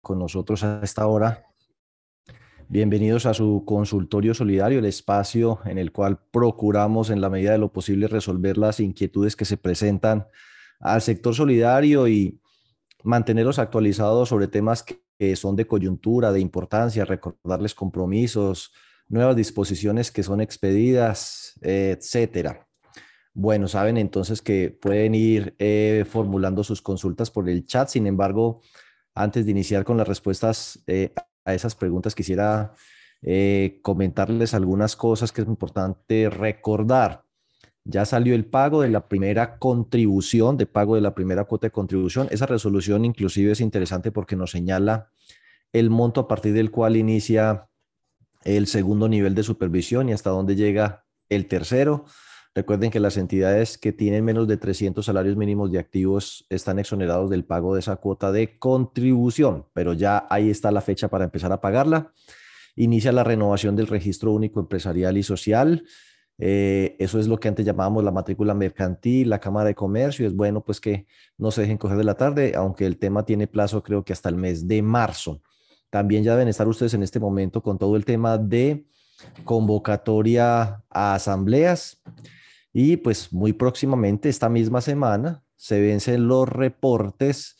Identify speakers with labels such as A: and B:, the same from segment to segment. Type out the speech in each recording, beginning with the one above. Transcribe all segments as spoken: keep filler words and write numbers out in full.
A: con nosotros a esta hora. Bienvenidos a su consultorio solidario, el espacio en el cual procuramos en la medida de lo posible resolver las inquietudes que se presentan al sector solidario y mantenerlos actualizados sobre temas que, que son de coyuntura, de importancia, recordarles compromisos, nuevas disposiciones que son expedidas, eh, etcétera. Bueno, saben entonces que pueden ir eh, formulando sus consultas por el chat. Sin embargo, antes de iniciar con las respuestas eh, a esas preguntas, quisiera eh, comentarles algunas cosas que es importante recordar. Ya salió el pago de la primera contribución, de pago de la primera cuota de contribución. Esa resolución inclusive es interesante porque nos señala el monto a partir del cual inicia el segundo nivel de supervisión y hasta dónde llega el tercero. Recuerden que las entidades que tienen menos de trescientos salarios mínimos de activos están exonerados del pago de esa cuota de contribución, pero ya ahí está la fecha para empezar a pagarla. Inicia la renovación del registro único empresarial y social. Eh, eso es lo que antes llamábamos la matrícula mercantil, la Cámara de Comercio. Es bueno pues que no se dejen coger de la tarde, aunque el tema tiene plazo creo que hasta el mes de marzo. También ya deben estar ustedes en este momento con todo el tema de convocatoria a asambleas y pues muy próximamente, esta misma semana, se vencen los reportes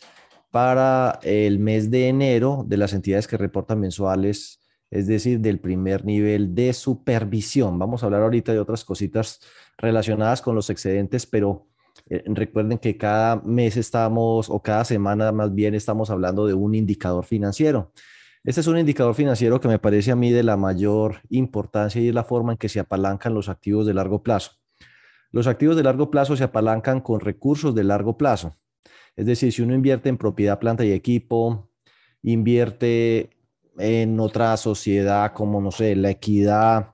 A: para el mes de enero de las entidades que reportan mensuales, es decir, del primer nivel de supervisión. Vamos a hablar ahorita de otras cositas relacionadas con los excedentes, pero eh, recuerden que cada mes estamos, o cada semana más bien, estamos hablando de un indicador financiero. Este es un indicador financiero que me parece a mí de la mayor importancia y es la forma en que se apalancan los activos de largo plazo. Los activos de largo plazo se apalancan con recursos de largo plazo. Es decir, si uno invierte en propiedad, planta y equipo, invierte en otra sociedad como, no sé, La Equidad,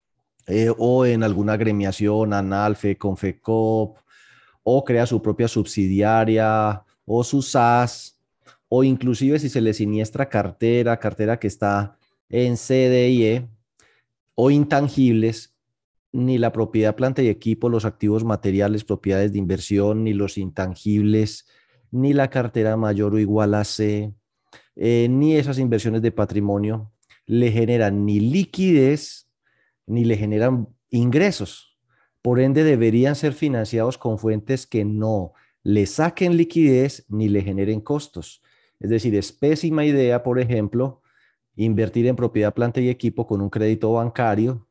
A: eh, o en alguna agremiación, Analfe, Confecop, o crea su propia subsidiaria o su S A S, o inclusive si se le siniestra cartera, cartera que está en C D I E o intangibles, ni la propiedad, planta y equipo, los activos materiales, propiedades de inversión, ni los intangibles, ni la cartera mayor o igual a C, eh, ni esas inversiones de patrimonio le generan ni liquidez ni le generan ingresos. Por ende, deberían ser financiados con fuentes que no le saquen liquidez ni le generen costos. Es decir, es pésima idea, por ejemplo, invertir en propiedad, planta y equipo con un crédito bancario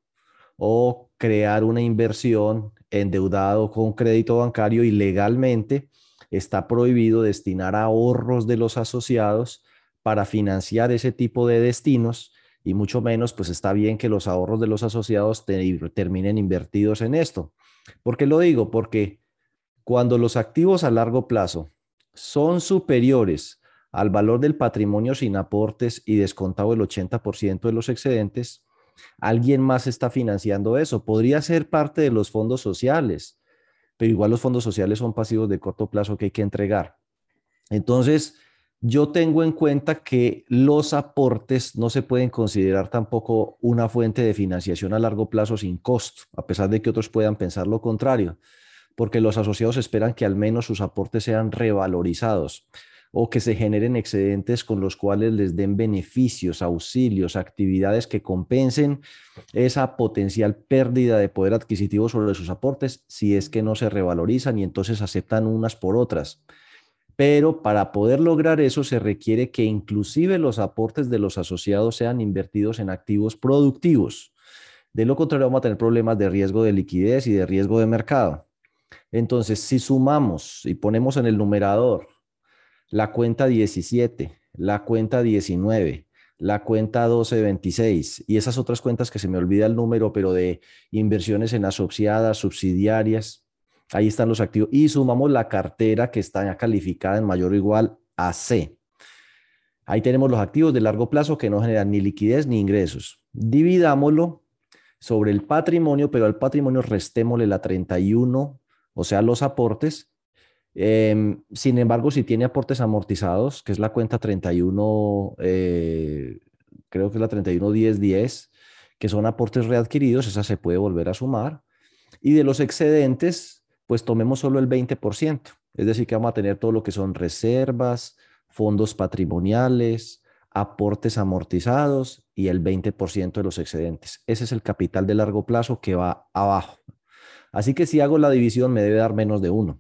A: o crear una inversión endeudado con crédito bancario. Ilegalmente está prohibido destinar ahorros de los asociados para financiar ese tipo de destinos y mucho menos pues está bien que los ahorros de los asociados te, terminen invertidos en esto. ¿Por qué lo digo? Porque cuando los activos a largo plazo son superiores al valor del patrimonio sin aportes y descontado el ochenta por ciento de los excedentes, alguien más está financiando eso. Podría ser parte de los fondos sociales, pero igual los fondos sociales son pasivos de corto plazo que hay que entregar. Entonces, yo tengo en cuenta que los aportes no se pueden considerar tampoco una fuente de financiación a largo plazo sin costo, a pesar de que otros puedan pensar lo contrario, porque los asociados esperan que al menos sus aportes sean revalorizados o que se generen excedentes con los cuales les den beneficios, auxilios, actividades que compensen esa potencial pérdida de poder adquisitivo sobre sus aportes si es que no se revalorizan y entonces aceptan unas por otras. Pero para poder lograr eso se requiere que inclusive los aportes de los asociados sean invertidos en activos productivos. De lo contrario, vamos a tener problemas de riesgo de liquidez y de riesgo de mercado. Entonces, si sumamos y ponemos en el numerador la cuenta diecisiete, la cuenta diecinueve, la cuenta doce veintiséis y esas otras cuentas que se me olvida el número, pero de inversiones en asociadas, subsidiarias, ahí están los activos, y sumamos la cartera que está calificada en mayor o igual a C. Ahí tenemos los activos de largo plazo que no generan ni liquidez ni ingresos. Dividámoslo sobre el patrimonio, pero al patrimonio restémosle la treinta y uno, o sea, los aportes. Eh, sin embargo, si tiene aportes amortizados, que es la cuenta treinta y uno, eh, creo que es la treinta y uno diez diez, que son aportes readquiridos, esa se puede volver a sumar. Y de los excedentes, pues tomemos solo el veinte por ciento. Es decir, que vamos a tener todo lo que son reservas, fondos patrimoniales, aportes amortizados y el veinte por ciento de los excedentes. Ese es el capital de largo plazo que va abajo. Así que si hago la división me debe dar menos de uno.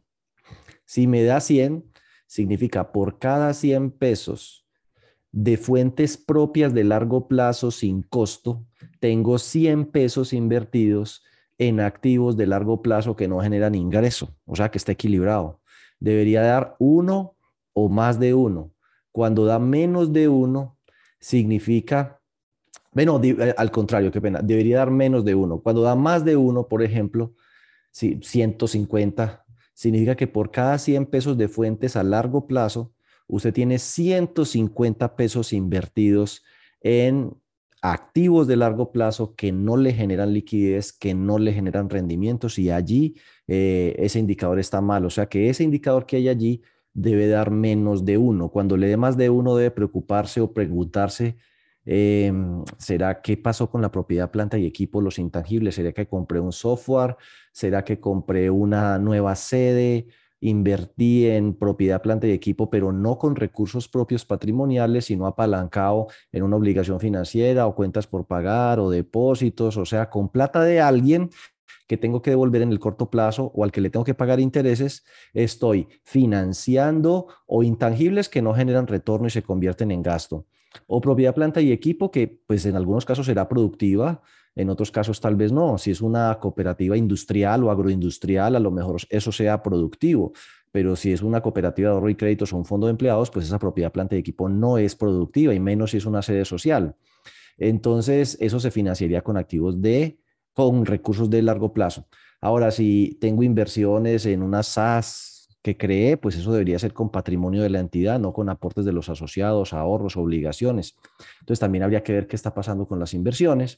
A: Si me da cien, significa por cada cien pesos de fuentes propias de largo plazo sin costo, tengo cien pesos invertidos en activos de largo plazo que no generan ingreso, o sea que está equilibrado. Debería dar uno o más de uno. Cuando da menos de uno, significa, bueno, al contrario, qué pena, debería dar menos de uno. Cuando da más de uno, por ejemplo, si ciento cincuenta, significa que por cada cien pesos de fuentes a largo plazo, usted tiene ciento cincuenta pesos invertidos en activos de largo plazo que no le generan liquidez, que no le generan rendimientos y allí eh, ese indicador está mal. O sea que ese indicador que hay allí debe dar menos de uno. Cuando le dé más de uno debe preocuparse o preguntarse, eh, ¿será qué pasó con la propiedad, planta y equipo, los intangibles? ¿Será que compré un software? ¿Será que compré una nueva sede? Invertí en propiedad, planta y equipo, pero no con recursos propios patrimoniales, sino apalancado en una obligación financiera o cuentas por pagar o depósitos, o sea, con plata de alguien que tengo que devolver en el corto plazo o al que le tengo que pagar intereses, estoy financiando o intangibles que no generan retorno y se convierten en gasto. O propiedad, planta y equipo que pues en algunos casos será productiva, en otros casos tal vez no. Si es una cooperativa industrial o agroindustrial, a lo mejor eso sea productivo. Pero si es una cooperativa de ahorro y créditos o un fondo de empleados, pues esa propiedad, planta y equipo no es productiva y menos si es una sede social. Entonces, eso se financiaría con activos de, con recursos de largo plazo. Ahora, si tengo inversiones en una S A S que creé, pues eso debería ser con patrimonio de la entidad, no con aportes de los asociados, ahorros, obligaciones. Entonces, también habría que ver qué está pasando con las inversiones.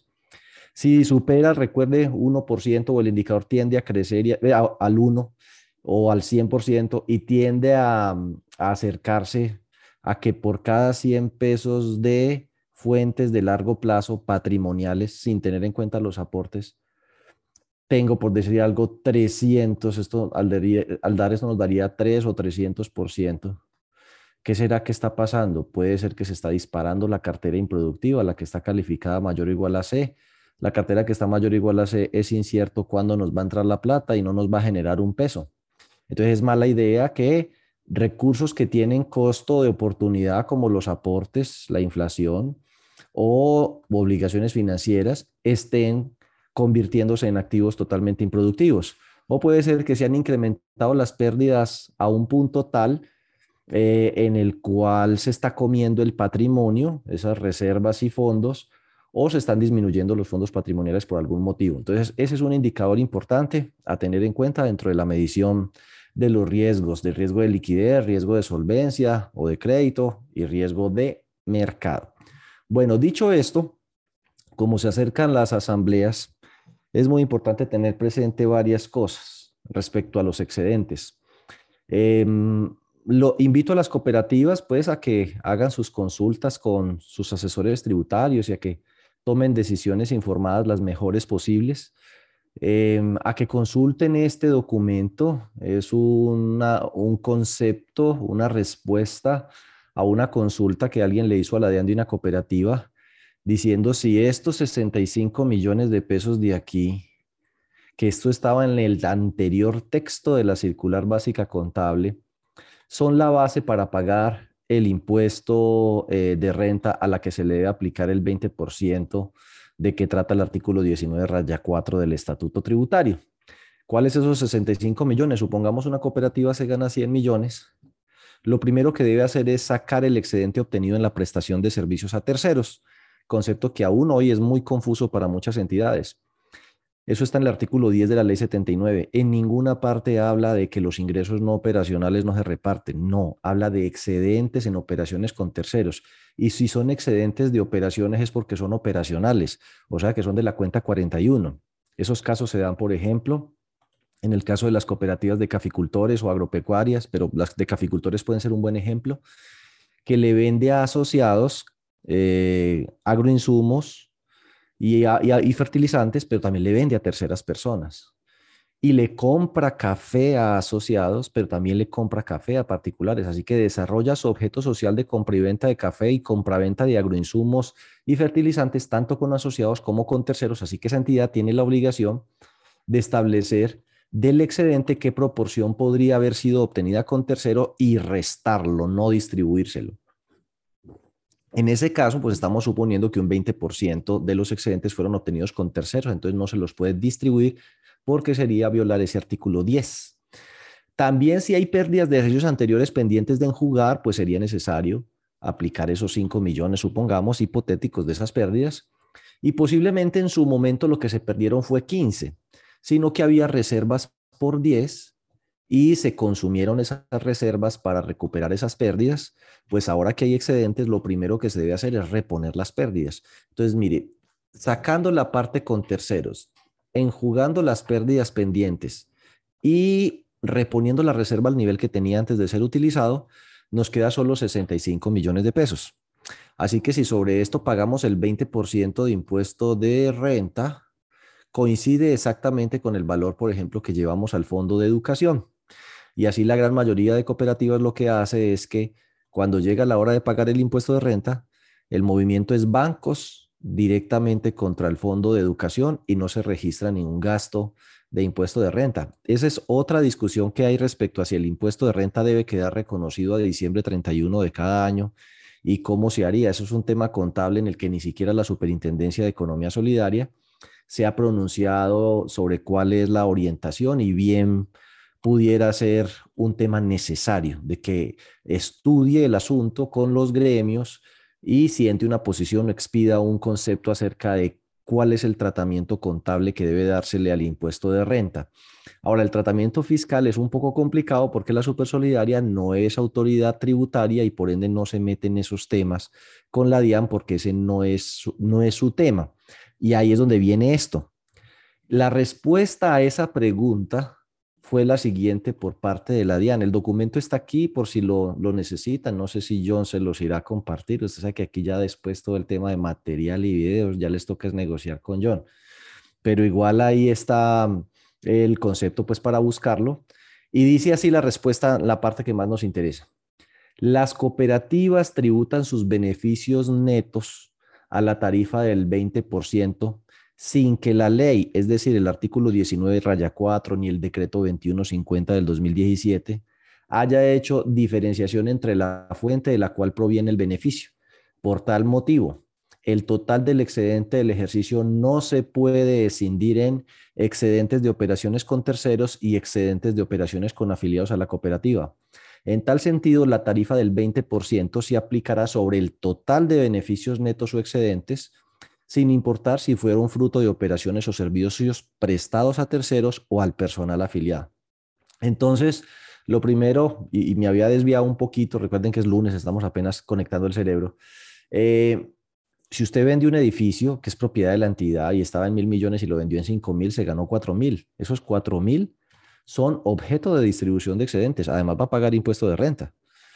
A: Si supera, recuerde, uno por ciento o el indicador tiende a crecer y a, a, al uno o al cien por ciento y tiende a, a acercarse a que por cada cien pesos de fuentes de largo plazo patrimoniales, sin tener en cuenta los aportes, tengo, por decir algo, trescientos, esto al, daría, al dar esto nos daría tres o trescientos por ciento. ¿Qué será que está pasando? Puede ser que se está disparando la cartera improductiva, la que está calificada mayor o igual a C. La cartera que está mayor o igual a C es incierto cuándo nos va a entrar la plata y no nos va a generar un peso. Entonces es mala idea que recursos que tienen costo de oportunidad como los aportes, la inflación o obligaciones financieras estén convirtiéndose en activos totalmente improductivos. O puede ser que se han incrementado las pérdidas a un punto tal eh, en el cual se está comiendo el patrimonio, esas reservas y fondos, o se están disminuyendo los fondos patrimoniales por algún motivo. Entonces, ese es un indicador importante a tener en cuenta dentro de la medición de los riesgos, de riesgo de liquidez, riesgo de solvencia o de crédito y riesgo de mercado. Bueno, dicho esto, como se acercan las asambleas, es muy importante tener presente varias cosas respecto a los excedentes. Eh, lo invito a las cooperativas, pues, a que hagan sus consultas con sus asesores tributarios y a que tomen decisiones informadas las mejores posibles. Eh, a que consulten este documento. Es una, un concepto, una respuesta a una consulta que alguien le hizo a la DIAN de una cooperativa diciendo si estos sesenta y cinco millones de pesos de aquí, que esto estaba en el anterior texto de la circular básica contable, son la base para pagar el impuesto eh, de renta a la que se le debe aplicar el veinte por ciento de que trata el artículo diecinueve raya cuatro del Estatuto Tributario. ¿Cuáles esos sesenta y cinco millones? Supongamos una cooperativa se gana cien millones. Lo primero que debe hacer es sacar el excedente obtenido en la prestación de servicios a terceros, concepto que aún hoy es muy confuso para muchas entidades. Eso está en el artículo diez de la ley setenta y nueve. En ninguna parte habla de que los ingresos no operacionales no se reparten. No, habla de excedentes en operaciones con terceros. Y si son excedentes de operaciones es porque son operacionales, o sea que son de la cuenta cuarenta y uno. Esos casos se dan, por ejemplo, en el caso de las cooperativas de caficultores o agropecuarias, pero las de caficultores pueden ser un buen ejemplo, que le vende a asociados eh, agroinsumos y, a, y, a, y fertilizantes, pero también le vende a terceras personas. y le compra café a asociados, pero también le compra café a particulares. Así que desarrolla su objeto social de compra y venta de café y compra-venta de agroinsumos y fertilizantes, tanto con asociados como con terceros. Así que esa entidad tiene la obligación de establecer del excedente qué proporción podría haber sido obtenida con tercero y restarlo, no distribuírselo. En ese caso, pues estamos suponiendo que un veinte por ciento de los excedentes fueron obtenidos con terceros, entonces no se los puede distribuir porque sería violar ese artículo diez. También si hay pérdidas de ejercicios anteriores pendientes de enjugar, pues sería necesario aplicar esos cinco millones, supongamos, hipotéticos de esas pérdidas. Y posiblemente en su momento lo que se perdieron fue quince, sino que había reservas por diez y se consumieron esas reservas para recuperar esas pérdidas. Pues ahora que hay excedentes, lo primero que se debe hacer es reponer las pérdidas. Entonces, mire, sacando la parte con terceros, enjugando las pérdidas pendientes y reponiendo la reserva al nivel que tenía antes de ser utilizado, nos queda solo sesenta y cinco millones de pesos. Así que si sobre esto pagamos el veinte por ciento de impuesto de renta, coincide exactamente con el valor, por ejemplo, que llevamos al fondo de educación. Y así la gran mayoría de cooperativas lo que hace es que cuando llega la hora de pagar el impuesto de renta, el movimiento es bancos directamente contra el fondo de educación y no se registra ningún gasto de impuesto de renta. Esa es otra discusión que hay respecto a si el impuesto de renta debe quedar reconocido a diciembre treinta y uno de cada año y cómo se haría. Eso es un tema contable en el que ni siquiera la Superintendencia de Economía Solidaria se ha pronunciado sobre cuál es la orientación y bien pudiera ser un tema necesario de que estudie el asunto con los gremios y siente una posición o expida un concepto acerca de cuál es el tratamiento contable que debe dársele al impuesto de renta. Ahora, el tratamiento fiscal es un poco complicado porque la Supersolidaria no es autoridad tributaria y por ende no se mete en esos temas con la DIAN porque ese no es, no es su tema. Y ahí es donde viene esto. La respuesta a esa pregunta fue la siguiente por parte de la DIAN. El documento está aquí por si lo, lo necesitan. No sé si John se los irá a compartir. Usted sabe que aquí ya después todo el tema de material y videos ya les toca es negociar con John. Pero igual ahí está el concepto pues para buscarlo. Y dice así la respuesta, la parte que más nos interesa. Las cooperativas tributan sus beneficios netos a la tarifa del veinte por ciento sin que la ley, es decir, el artículo diecinueve raya cuatro ni el decreto veintiuno cincuenta del dos mil diecisiete, haya hecho diferenciación entre la fuente de la cual proviene el beneficio. Por tal motivo, el total del excedente del ejercicio no se puede escindir en excedentes de operaciones con terceros y excedentes de operaciones con afiliados a la cooperativa. En tal sentido, la tarifa del veinte por ciento se aplicará sobre el total de beneficios netos o excedentes, sin importar si fueron fruto de operaciones o servicios prestados a terceros o al personal afiliado. Entonces, lo primero, y, y me había desviado un poquito, recuerden que es lunes, estamos apenas conectando el cerebro. Eh, si usted vende un edificio que es propiedad de la entidad y estaba en mil millones y lo vendió en cinco mil, se ganó cuatro mil. Esos cuatro mil son objeto de distribución de excedentes. Además, va a pagar impuesto de renta.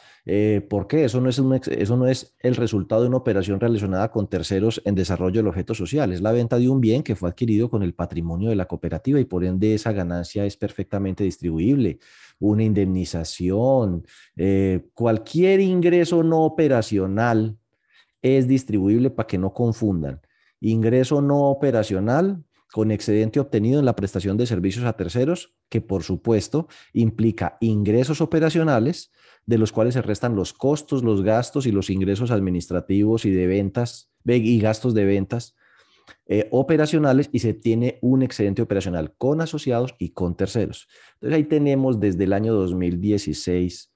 A: Eh, ¿Por qué? Eso no es un, eso no es el resultado de una operación relacionada con terceros en desarrollo del objeto social. Es la venta de un bien que fue adquirido con el patrimonio de la cooperativa y por ende esa ganancia es perfectamente distribuible. Una indemnización, eh, cualquier ingreso no operacional es distribuible para que no confundan. Ingreso no operacional con excedente obtenido en la prestación de servicios a terceros, que por supuesto implica ingresos operacionales, de los cuales se restan los costos, los gastos y los ingresos administrativos y de ventas y gastos de ventas eh, operacionales y se tiene un excedente operacional con asociados y con terceros. Entonces ahí tenemos desde el año dos mil dieciséis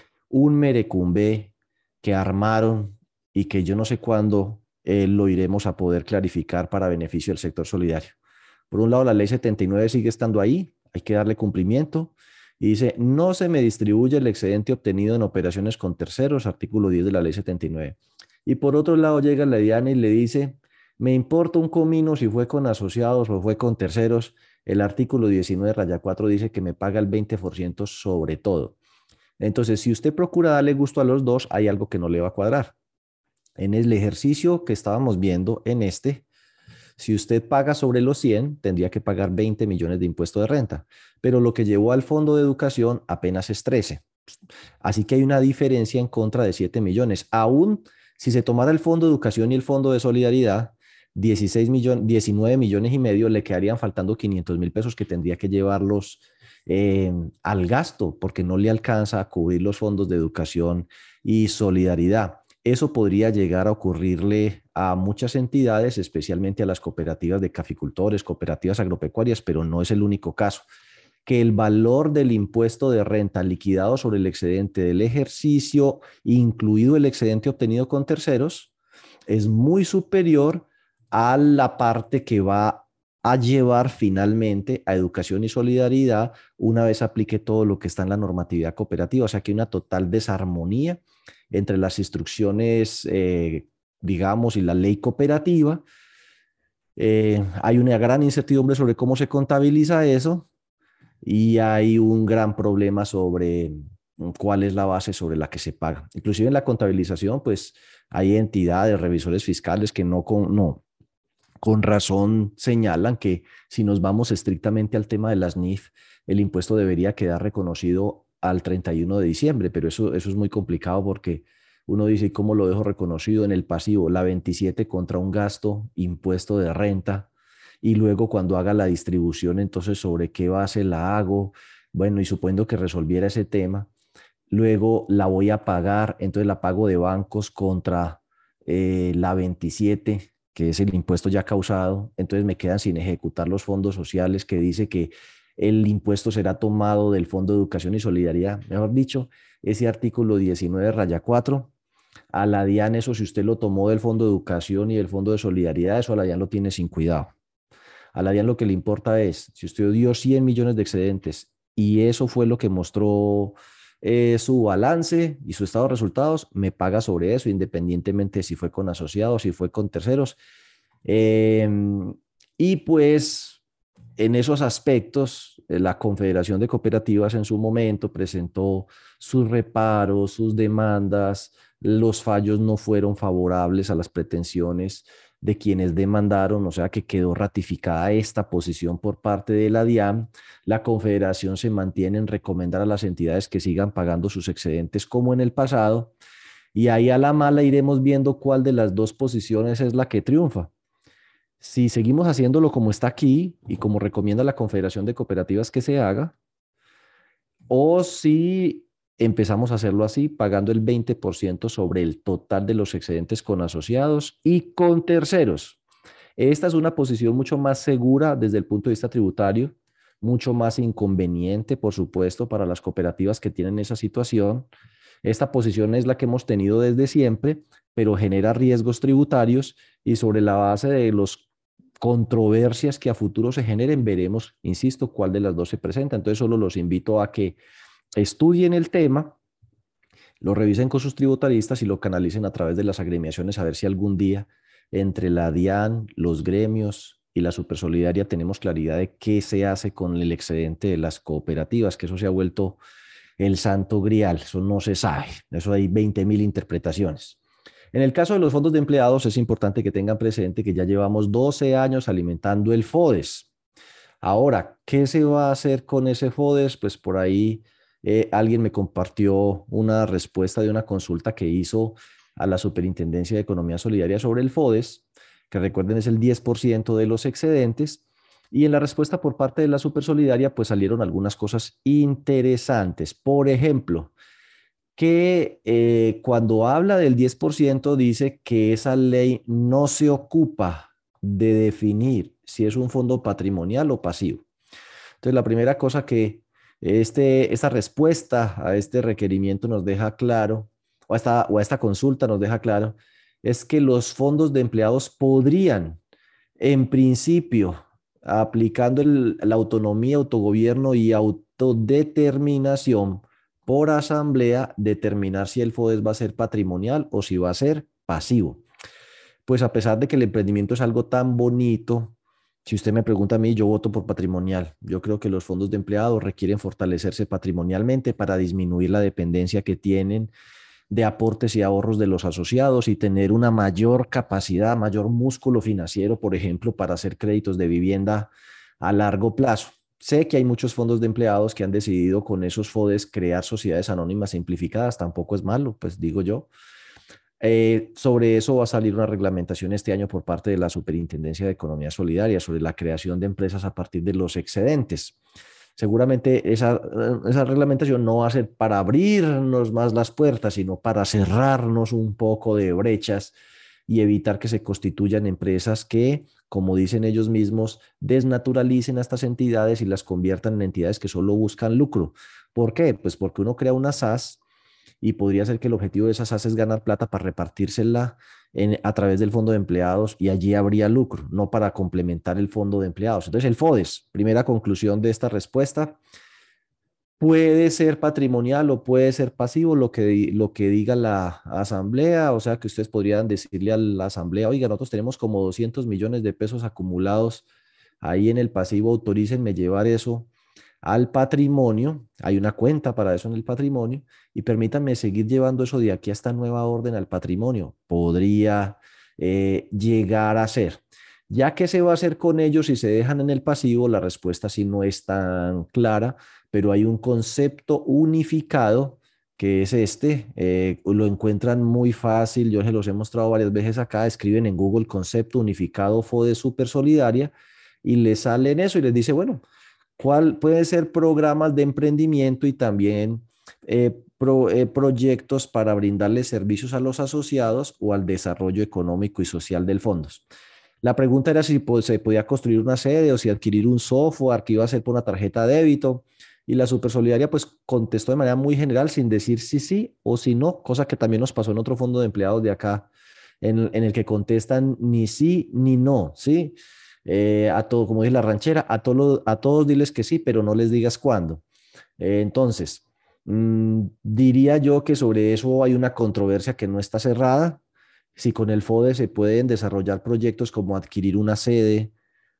A: un merecumbe que armaron y que yo no sé cuándo eh, lo iremos a poder clarificar para beneficio del sector solidario. Por un lado, la ley setenta y nueve sigue estando ahí, hay que darle cumplimiento. Y dice, no se me distribuye el excedente obtenido en operaciones con terceros, artículo diez de la ley setenta y nueve. Y por otro lado llega la DIAN y le dice, me importa un comino si fue con asociados o fue con terceros. El artículo diecinueve raya cuatro dice que me paga el veinte por ciento sobre todo. Entonces, si usted procura darle gusto a los dos, hay algo que no le va a cuadrar. En el ejercicio que estábamos viendo en este, Si usted paga sobre los cien, tendría que pagar veinte millones de impuesto de renta, pero lo que llevó al fondo de educación apenas es trece. Así que hay una diferencia en contra de siete millones. Aún si se tomara el fondo de educación y el fondo de solidaridad, dieciséis millones, diecinueve millones y medio, le quedarían faltando quinientos mil pesos que tendría que llevarlos eh, al gasto porque no le alcanza a cubrir los fondos de educación y solidaridad. Eso podría llegar a ocurrirle a muchas entidades, especialmente a las cooperativas de caficultores, cooperativas agropecuarias, pero no es el único caso. Que el valor del impuesto de renta liquidado sobre el excedente del ejercicio, incluido el excedente obtenido con terceros, es muy superior a la parte que va a llevar finalmente a educación y solidaridad una vez aplique todo lo que está en la normatividad cooperativa. O sea que hay una total desarmonía entre las instrucciones, eh, digamos, y la ley cooperativa. Eh, hay una gran incertidumbre sobre cómo se contabiliza eso y hay un gran problema sobre cuál es la base sobre la que se paga. Inclusive en la contabilización, pues hay entidades, revisores fiscales que no, con, no con razón señalan que si nos vamos estrictamente al tema de las N I F, el impuesto debería quedar reconocido al treinta y uno de diciembre, pero eso, eso es muy complicado porque uno dice, ¿y cómo lo dejo reconocido en el pasivo? La veintisiete contra un gasto, impuesto de renta, y luego cuando haga la distribución, entonces sobre qué base la hago. Bueno, y suponiendo que resolviera ese tema, luego la voy a pagar, entonces la pago de bancos contra eh, la veintisiete, que es el impuesto ya causado, entonces me quedan sin ejecutar los fondos sociales que dice que el impuesto será tomado del Fondo de Educación y Solidaridad. Mejor dicho, ese artículo diecinueve raya cuatro, a la DIAN eso si usted lo tomó del Fondo de Educación y del Fondo de Solidaridad, eso a la DIAN lo tiene sin cuidado. A la DIAN lo que le importa es, si usted dio cien millones de excedentes y eso fue lo que mostró eh, su balance y su estado de resultados, me paga sobre eso, independientemente si fue con asociados, si fue con terceros. Eh, y pues en esos aspectos, eh, la Confederación de Cooperativas en su momento presentó sus reparos, sus demandas, los fallos no fueron favorables a las pretensiones de quienes demandaron, o sea que quedó ratificada esta posición por parte de la DIAN. La Confederación se mantiene en recomendar a las entidades que sigan pagando sus excedentes como en el pasado, y ahí a la mala iremos viendo cuál de las dos posiciones es la que triunfa. Si seguimos haciéndolo como está aquí y como recomienda la Confederación de Cooperativas que se haga, o si empezamos a hacerlo así, pagando el veinte por ciento sobre el total de los excedentes con asociados y con terceros. Esta es una posición mucho más segura desde el punto de vista tributario, mucho más inconveniente, por supuesto, para las cooperativas que tienen esa situación. Esta posición es la que hemos tenido desde siempre, pero genera riesgos tributarios y sobre la base de las controversias que a futuro se generen, veremos, insisto, cuál de las dos se presenta. Entonces, solo los invito a que estudien el tema, lo revisen con sus tributaristas y lo canalicen a través de las agremiaciones a ver si algún día entre la DIAN, los gremios y la Supersolidaria tenemos claridad de qué se hace con el excedente de las cooperativas, que eso se ha vuelto el santo grial, eso no se sabe, eso hay veinte mil interpretaciones. En el caso de los fondos de empleados es importante que tengan presente que ya llevamos doce años alimentando el FODES. Ahora, ¿qué se va a hacer con ese FODES? Pues por ahí eh, alguien me compartió una respuesta de una consulta que hizo a la Superintendencia de Economía Solidaria sobre el FODES, que recuerden es el diez por ciento de los excedentes. Y en la respuesta por parte de la Supersolidaria, pues salieron algunas cosas interesantes. Por ejemplo, que eh, cuando habla del diez por ciento dice que esa ley no se ocupa de definir si es un fondo patrimonial o pasivo. Entonces, la primera cosa que este, esta respuesta a este requerimiento nos deja claro, o a, esta, o a esta consulta nos deja claro, es que los fondos de empleados podrían, en principio, aplicando el, la autonomía, autogobierno y autodeterminación por asamblea, determinar si el FODES va a ser patrimonial o si va a ser pasivo. Pues a pesar de que el emprendimiento es algo tan bonito, si usted me pregunta a mí, yo voto por patrimonial. Yo creo que los fondos de empleados requieren fortalecerse patrimonialmente para disminuir la dependencia que tienen de aportes y ahorros de los asociados y tener una mayor capacidad, mayor músculo financiero, por ejemplo, para hacer créditos de vivienda a largo plazo. Sé que hay muchos fondos de empleados que han decidido con esos FODES crear sociedades anónimas simplificadas, tampoco es malo, pues digo yo. Eh, sobre eso va a salir una reglamentación este año por parte de la Superintendencia de Economía Solidaria sobre la creación de empresas a partir de los excedentes. Seguramente esa, esa reglamentación no va a ser para abrirnos más las puertas, sino para cerrarnos un poco de brechas y evitar que se constituyan empresas que, como dicen ellos mismos, desnaturalicen a estas entidades y las conviertan en entidades que solo buscan lucro. ¿Por qué? Pues porque uno crea una S A S y podría ser que el objetivo de esas S A S es ganar plata para repartírsela en, a través del fondo de empleados y allí habría lucro, no para complementar el fondo de empleados. Entonces, el FODES, primera conclusión de esta respuesta, puede ser patrimonial o puede ser pasivo, lo que, lo que diga la asamblea, o sea que ustedes podrían decirle a la asamblea, oiga, nosotros tenemos como doscientos millones de pesos acumulados ahí en el pasivo, autorícenme llevar eso al patrimonio, hay una cuenta para eso en el patrimonio, y permítanme seguir llevando eso de aquí a esta nueva orden al patrimonio. Podría eh, llegar a ser. Ya que se va a hacer con ellos si se dejan en el pasivo, la respuesta sí no es tan clara, pero hay un concepto unificado que es este, eh, lo encuentran muy fácil, yo se los he mostrado varias veces acá, escriben en Google concepto unificado FODE Super Solidaria y les salen eso y les dice, bueno, ¿cuál puede ser programas de emprendimiento y también eh, pro, eh, proyectos para brindarle servicios a los asociados o al desarrollo económico y social del fondo? La pregunta era si pues, se podía construir una sede o si adquirir un software que iba a ser por una tarjeta de débito. Y la Supersolidaria pues contestó de manera muy general sin decir si sí o si no, cosa que también nos pasó en otro fondo de empleados de acá, en, en el que contestan ni sí ni no, ¿sí? Eh, a todo, como dice la ranchera, a, todo, a todos diles que sí, pero no les digas cuándo. Eh, entonces, mmm, diría yo que sobre eso hay una controversia que no está cerrada. Si con el FODE se pueden desarrollar proyectos como adquirir una sede,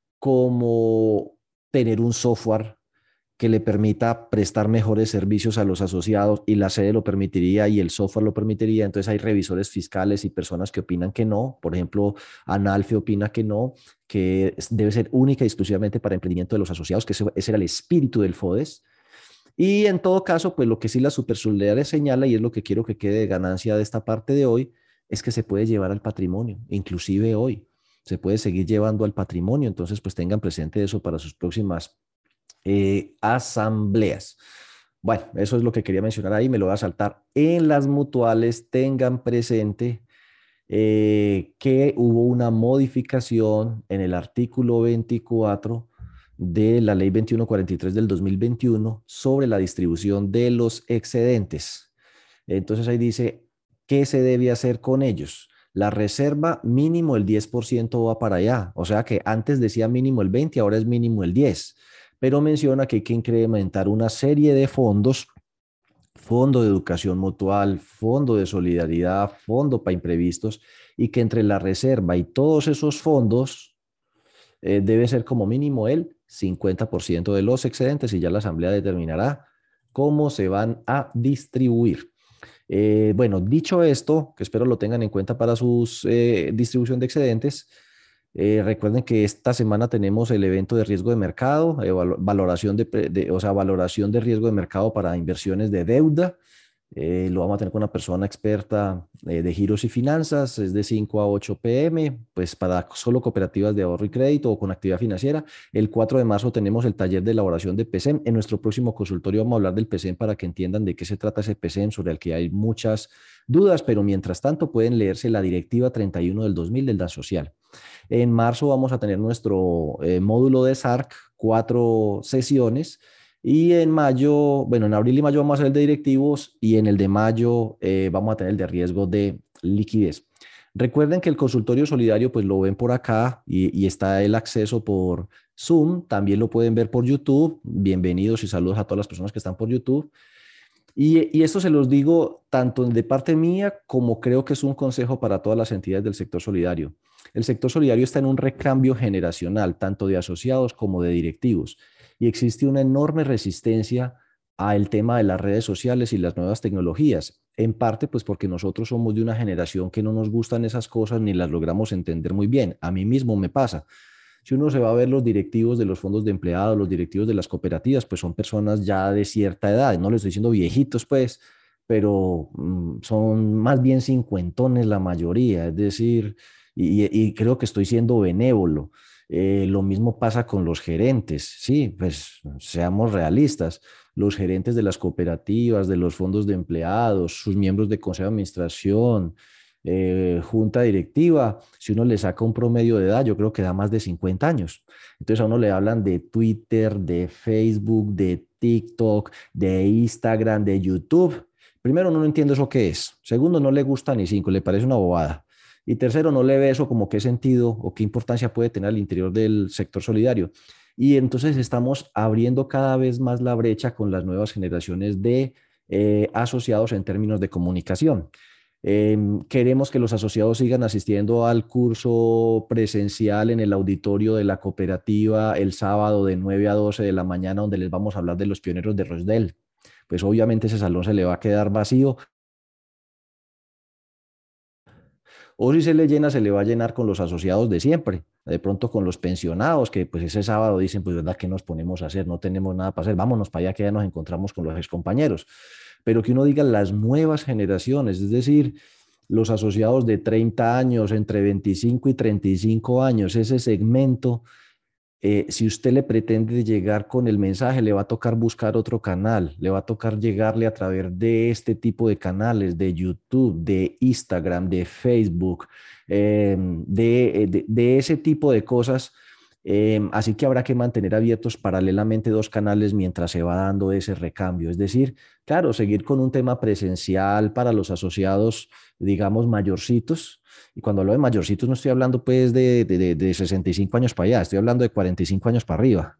A: como tener un software que le permita prestar mejores servicios a los asociados y la sede lo permitiría y el software lo permitiría. Entonces hay revisores fiscales y personas que opinan que no. Por ejemplo, Analfe opina que no, que debe ser única y exclusivamente para emprendimiento de los asociados, que ese, ese era el espíritu del FODES. Y en todo caso, pues lo que sí la Supersolidaria señala, y es lo que quiero que quede de ganancia de esta parte de hoy, es que se puede llevar al patrimonio, inclusive hoy. Se puede seguir llevando al patrimonio. Entonces, pues tengan presente eso para sus próximas eh, asambleas. Bueno, eso es lo que quería mencionar ahí, me lo voy a saltar. En las mutuales tengan presente eh, que hubo una modificación en el artículo veinticuatro de la ley veintiuno cuarenta y tres del dos mil veintiuno sobre la distribución de los excedentes. Entonces ahí dice, ¿qué se debe hacer con ellos? La reserva mínimo el diez por ciento va para allá, o sea que antes decía mínimo el veinte, ahora es mínimo el diez, pero menciona que hay que incrementar una serie de fondos, fondo de educación mutual, fondo de solidaridad, fondo para imprevistos, y que entre la reserva y todos esos fondos eh, debe ser como mínimo el cincuenta por ciento de los excedentes y ya la asamblea determinará cómo se van a distribuir. Eh, bueno, dicho esto, que espero lo tengan en cuenta para su eh, distribución de excedentes, eh, recuerden que esta semana tenemos el evento de riesgo de mercado, eh, valoración de, de, o sea, valoración de riesgo de mercado para inversiones de deuda. Eh, lo vamos a tener con una persona experta eh, de giros y finanzas, es de cinco a ocho p m, pues para solo cooperativas de ahorro y crédito o con actividad financiera. El cuatro de marzo tenemos el taller de elaboración de P S E M. En nuestro próximo consultorio vamos a hablar del P S E M para que entiendan de qué se trata ese P S E M, sobre el que hay muchas dudas, pero mientras tanto pueden leerse la directiva treinta y uno del dos mil del DAS Social. En marzo vamos a tener nuestro eh, módulo de S A R C, cuatro sesiones. Y en mayo, bueno, en abril y mayo vamos a hacer el de directivos y en el de mayo eh, vamos a tener el de riesgo de liquidez. Recuerden que el consultorio solidario pues lo ven por acá y, y está el acceso por Zoom. También lo pueden ver por YouTube. Bienvenidos y saludos a todas las personas que están por YouTube. Y, y esto se los digo tanto de parte mía como creo que es un consejo para todas las entidades del sector solidario. El sector solidario está en un recambio generacional, tanto de asociados como de directivos, y existe una enorme resistencia al tema de las redes sociales y las nuevas tecnologías. en parte pues porque nosotros somos de una generación que no nos gustan esas cosas ni las logramos entender muy bien. A mí mismo me pasa. Si uno se va a ver los directivos de los fondos de empleados, los directivos de las cooperativas, pues son personas ya de cierta edad, no les estoy diciendo viejitos, pues, pero mm, son más bien cincuentones la mayoría, es decir, y, y creo que estoy siendo benévolo. Eh, lo mismo pasa con los gerentes, sí, pues seamos realistas. Los gerentes de las cooperativas, de los fondos de empleados, sus miembros de consejo de administración, eh, junta directiva, si uno le saca un promedio de edad, yo creo que da más de cincuenta años. Entonces a uno le hablan de Twitter, de Facebook, de TikTok, de Instagram, de YouTube. Primero, uno no entiende eso qué es. Segundo, no le gusta ni cinco, le parece una bobada. Y tercero, no le ve eso como qué sentido o qué importancia puede tener al interior del sector solidario. Y entonces estamos abriendo cada vez más la brecha con las nuevas generaciones de eh, asociados en términos de comunicación. Eh, queremos que los asociados sigan asistiendo al curso presencial en el auditorio de la cooperativa el sábado de nueve a doce de la mañana, donde les vamos a hablar de los pioneros de Rosdell. Pues obviamente ese salón se le va a quedar vacío. O si se le llena, se le va a llenar con los asociados de siempre, de pronto con los pensionados, que pues ese sábado dicen, pues verdad, ¿qué nos ponemos a hacer? No tenemos nada para hacer, vámonos para allá que ya nos encontramos con los excompañeros. Pero que uno diga las nuevas generaciones, es decir, los asociados de treinta años, entre veinticinco y treinta y cinco años, ese segmento, eh, si usted le pretende llegar con el mensaje, le va a tocar buscar otro canal, le va a tocar llegarle a través de este tipo de canales, de YouTube, de Instagram, de Facebook, eh, de, de, de, ese tipo de cosas. Eh, así que habrá que mantener abiertos paralelamente dos canales mientras se va dando ese recambio. Es decir, claro, seguir con un tema presencial para los asociados, digamos, mayorcitos. Y cuando hablo de mayorcitos no estoy hablando pues de, de, de sesenta y cinco años para allá, estoy hablando de cuarenta y cinco años para arriba.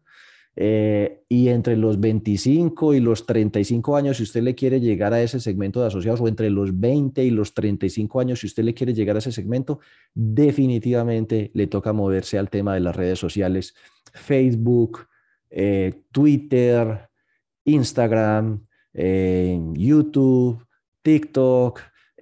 A: Eh, y entre los veinticinco y los treinta y cinco años, si usted le quiere llegar a ese segmento de asociados, o entre los veinte y los treinta y cinco años, si usted le quiere llegar a ese segmento, definitivamente le toca moverse al tema de las redes sociales, Facebook, eh, Twitter, Instagram, eh, YouTube, TikTok,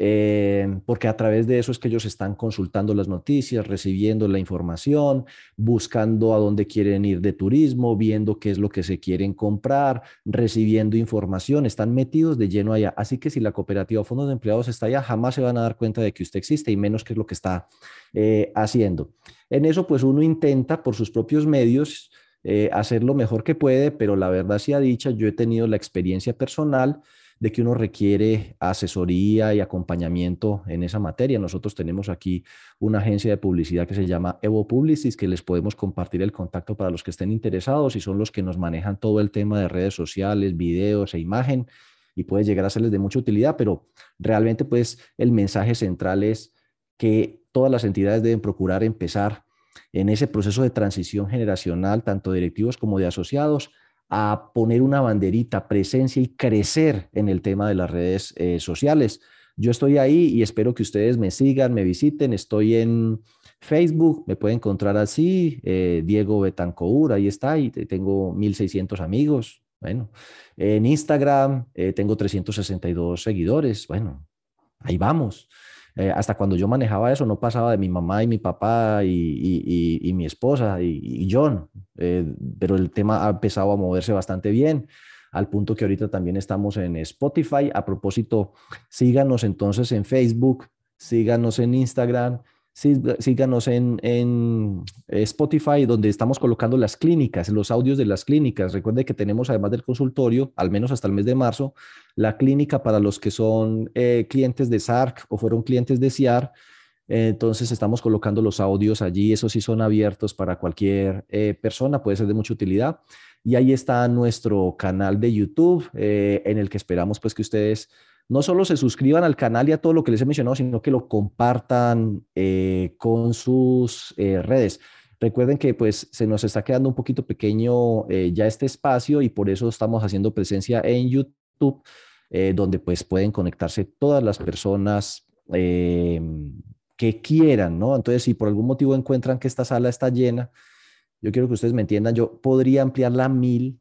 A: eh, porque a través de eso es que ellos están consultando las noticias, recibiendo la información, buscando a dónde quieren ir de turismo, viendo qué es lo que se quieren comprar, recibiendo información, están metidos de lleno allá. Así que si la cooperativa o fondos de empleados está allá, jamás se van a dar cuenta de que usted existe y menos qué es lo que está eh, haciendo. En eso, pues uno intenta por sus propios medios eh, hacer lo mejor que puede, pero la verdad sea dicha, yo he tenido la experiencia personal de que uno requiere asesoría y acompañamiento en esa materia. Nosotros tenemos aquí una agencia de publicidad que se llama Evo Publicis, que les podemos compartir el contacto para los que estén interesados y son los que nos manejan todo el tema de redes sociales, videos e imagen y puede llegar a serles de mucha utilidad, pero realmente pues el mensaje central es que todas las entidades deben procurar empezar en ese proceso de transición generacional, tanto directivos como de asociados, a poner una banderita, presencia y crecer en el tema de las redes eh, sociales. Yo estoy ahí y espero que ustedes me sigan, me visiten. Estoy en Facebook, me pueden encontrar así, eh, Diego Betancourt, ahí está, y tengo mil seiscientos amigos. Bueno, en Instagram eh, tengo trescientos sesenta y dos seguidores. Bueno, ahí vamos. Eh, hasta cuando yo manejaba eso, no pasaba de mi mamá y mi papá y, y, y, y mi esposa y, y John, eh, pero el tema ha empezado a moverse bastante bien, al punto que ahorita también estamos en Spotify. A propósito, síganos entonces en Facebook, síganos en Instagram, sí, síganos en, en Spotify, donde estamos colocando las clínicas, los audios de las clínicas. Recuerde que tenemos, además del consultorio, al menos hasta el mes de marzo, la clínica para los que son eh, clientes de S A R C o fueron clientes de C I A R. Eh, entonces estamos colocando los audios allí, esos sí son abiertos para cualquier eh, persona, puede ser de mucha utilidad. Y ahí está nuestro canal de YouTube, eh, en el que esperamos pues que ustedes no solo se suscriban al canal y a todo lo que les he mencionado, sino que lo compartan eh, con sus eh, redes. Recuerden que pues se nos está quedando un poquito pequeño eh, ya este espacio y por eso estamos haciendo presencia en YouTube, eh, donde pues pueden conectarse todas las personas eh, que quieran, ¿no? Entonces, si por algún motivo encuentran que esta sala está llena, yo quiero que ustedes me entiendan, yo podría ampliarla a mil,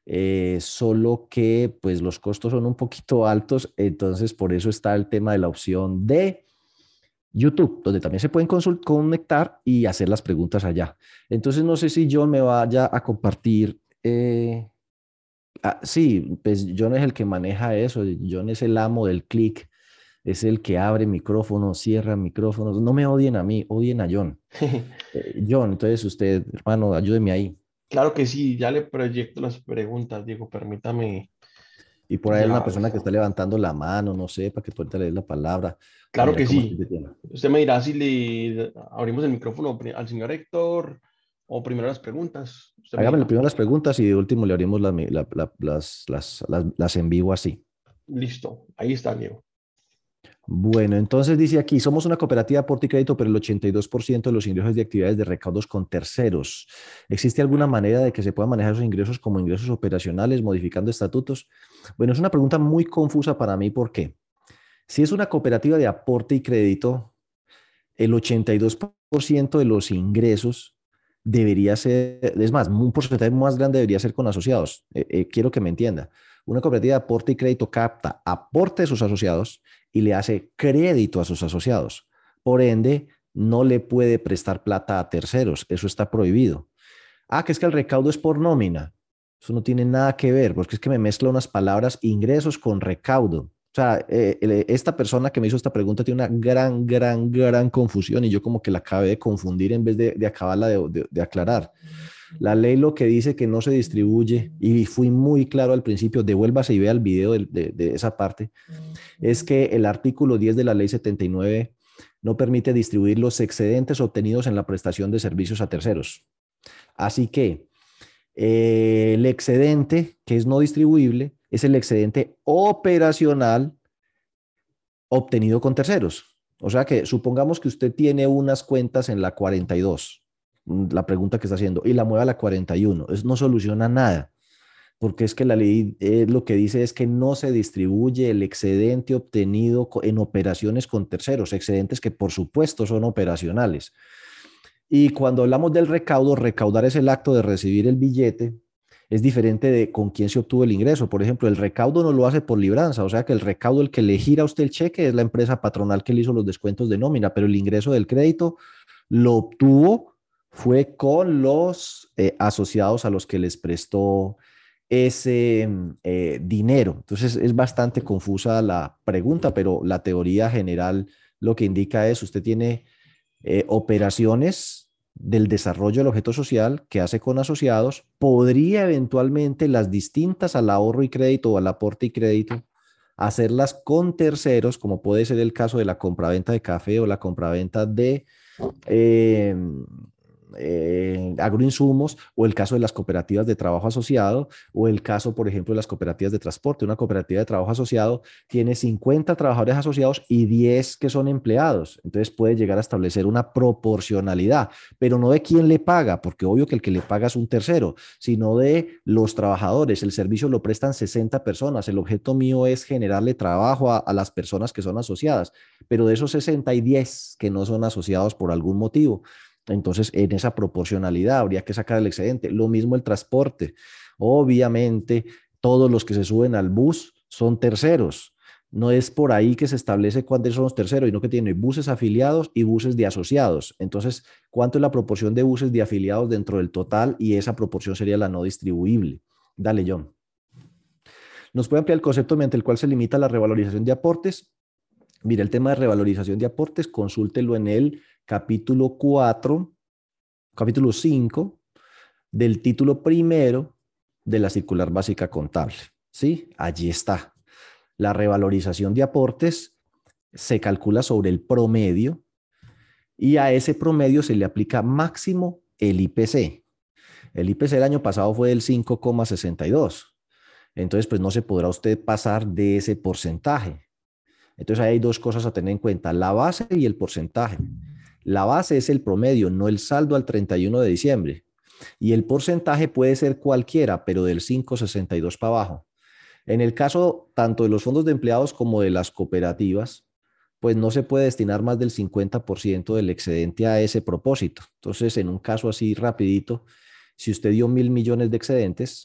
A: eh, solo que pues los costos son un poquito altos, entonces por eso está el tema de la opción de YouTube, donde también se pueden consult- conectar y hacer las preguntas allá. Entonces no sé si John me vaya a compartir. eh, ah, sí, pues John es el que maneja eso, John es el amo del clic, es el que abre micrófonos, cierra micrófonos. No me odien a mí, odien a John. Eh, John, entonces usted, hermano, ayúdeme ahí.
B: Claro que sí, ya le proyecto las preguntas, Diego, permítame.
A: Y por ahí hay una
B: Ya,
A: persona que está levantando la mano, no sé, para que tú ahorita le des la palabra, para
B: claro
A: mirar
B: que
A: cómo es que
B: sí.
A: te tiene.
B: Usted me dirá si le abrimos el micrófono pri- al señor Héctor o primero las preguntas. Usted me
A: Hágame
B: dirá.
A: primero las preguntas y de último le abrimos la- la- la- las, las, las, las en vivo así.
B: Listo, ahí está, Diego.
A: Bueno, entonces dice aquí, somos una cooperativa de aporte y crédito, pero el ochenta y dos por ciento de los ingresos es de actividades de recaudos con terceros. ¿Existe alguna manera de que se puedan manejar esos ingresos como ingresos operacionales, modificando estatutos? Bueno, es una pregunta muy confusa para mí porque si es una cooperativa de aporte y crédito, el ochenta y dos por ciento de los ingresos debería ser, es más, un porcentaje más grande debería ser con asociados. Eh, eh, quiero que me entienda. Una cooperativa de aporte y crédito capta aporte de sus asociados y le hace crédito a sus asociados. Por ende, no le puede prestar plata a terceros. Eso está prohibido. Ah, que es que el recaudo es por nómina. Eso no tiene nada que ver, porque es que me mezcla unas palabras, ingresos con recaudo. O sea, eh, el- esta persona que me hizo esta pregunta tiene una gran, gran, gran confusión y yo como que la acabé de confundir en vez de, de acabarla de, de- de aclarar. La ley lo que dice que no se distribuye, y fui muy claro al principio, devuélvase y vea el video de, de- de esa parte, es que el artículo diez de la ley setenta y nueve no permite distribuir los excedentes obtenidos en la prestación de servicios a terceros. Así que eh, el excedente, que es no distribuible, es el excedente operacional obtenido con terceros. O sea que supongamos que usted tiene unas cuentas en la cuarenta y dos, mm, la pregunta que está haciendo, y la mueve a la cuarenta y uno. Eso no soluciona nada, porque es que la ley eh, lo que dice es que no se distribuye el excedente obtenido en operaciones con terceros, excedentes que por supuesto son operacionales. Y cuando hablamos del recaudo, recaudar es el acto de recibir el billete, es diferente de con quién se obtuvo el ingreso. Por ejemplo, el recaudo no lo hace por libranza, o sea que el recaudo, el que le gira a usted el cheque, es la empresa patronal que le hizo los descuentos de nómina, pero el ingreso del crédito lo obtuvo fue con los eh, asociados a los que les prestó ese eh, dinero. Entonces es bastante confusa la pregunta, pero la teoría general lo que indica es, usted tiene eh, operaciones del desarrollo del objeto social que hace con asociados, podría eventualmente las distintas al ahorro y crédito o al aporte y crédito, hacerlas con terceros, como puede ser el caso de la compraventa de café o la compraventa de eh, eh, agroinsumos, o el caso de las cooperativas de trabajo asociado, o el caso, por ejemplo, de las cooperativas de transporte. Una cooperativa de trabajo asociado tiene cincuenta trabajadores asociados y diez que son empleados. Entonces puede llegar a establecer una proporcionalidad, pero no de quién le paga, porque obvio que el que le paga es un tercero, sino de los trabajadores. El servicio lo prestan sesenta personas. El objeto mío es generarle trabajo a, a las personas que son asociadas, pero de esos sesenta hay diez que no son asociados por algún motivo. Entonces, en esa proporcionalidad habría que sacar el excedente. Lo mismo el transporte. Obviamente, todos los que se suben al bus son terceros. No es por ahí que se establece cuántos son los terceros, sino que tiene buses afiliados y buses de asociados. Entonces, ¿cuánto es la proporción de buses de afiliados dentro del total? Y esa proporción sería la no distribuible. Dale, John. ¿Nos puede ampliar el concepto mediante el cual se limita la revalorización de aportes? Mira, el tema de revalorización de aportes, consúltelo en el capítulo cuatro, capítulo cinco del título primero de la circular básica contable. ¿Sí? Allí está. La revalorización de aportes se calcula sobre el promedio y a ese promedio se le aplica máximo el I P C. El I P C del año pasado fue del cinco coma sesenta y dos. Entonces, pues no se podrá usted pasar de ese porcentaje. Entonces, ahí hay dos cosas a tener en cuenta, la base y el porcentaje. La base es el promedio, no el saldo al treinta y uno de diciembre. Y el porcentaje puede ser cualquiera, pero del cinco coma sesenta y dos para abajo. En el caso tanto de los fondos de empleados como de las cooperativas, pues no se puede destinar más del cincuenta por ciento del excedente a ese propósito. Entonces, en un caso así rapidito, si usted dio mil millones de excedentes,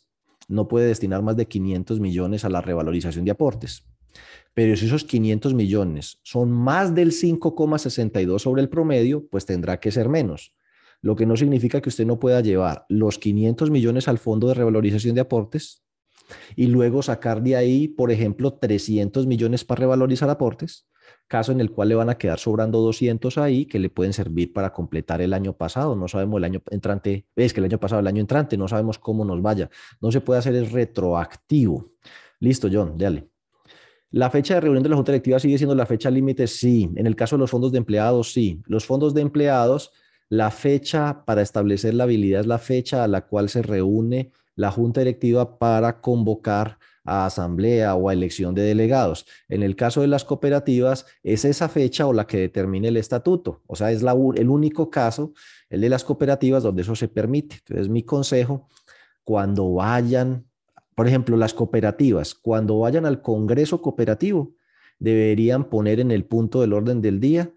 A: no puede destinar más de quinientos millones a la revalorización de aportes. Pero si esos quinientos millones son más del cinco coma sesenta y dos sobre el promedio, pues tendrá que ser menos. Lo que no significa que usted no pueda llevar los quinientos millones al fondo de revalorización de aportes y luego sacar de ahí, por ejemplo, trescientos millones para revalorizar aportes, caso en el cual le van a quedar sobrando doscientos ahí que le pueden servir para completar el año pasado. No sabemos el año entrante, es que el año pasado, el año entrante, no sabemos cómo nos vaya. No se puede hacer es retroactivo. Listo, John, dale. ¿La fecha de reunión de la Junta Directiva sigue siendo la fecha límite? Sí. En el caso de los fondos de empleados, sí. Los fondos de empleados, la fecha para establecer la habilidad es la fecha a la cual se reúne la Junta Directiva para convocar a asamblea o a elección de delegados. En el caso de las cooperativas, es esa fecha o la que determine el estatuto. O sea, es la, el único caso, el de las cooperativas, donde eso se permite. Entonces, mi consejo, cuando vayan, por ejemplo, las cooperativas, cuando vayan al Congreso Cooperativo, deberían poner en el punto del orden del día: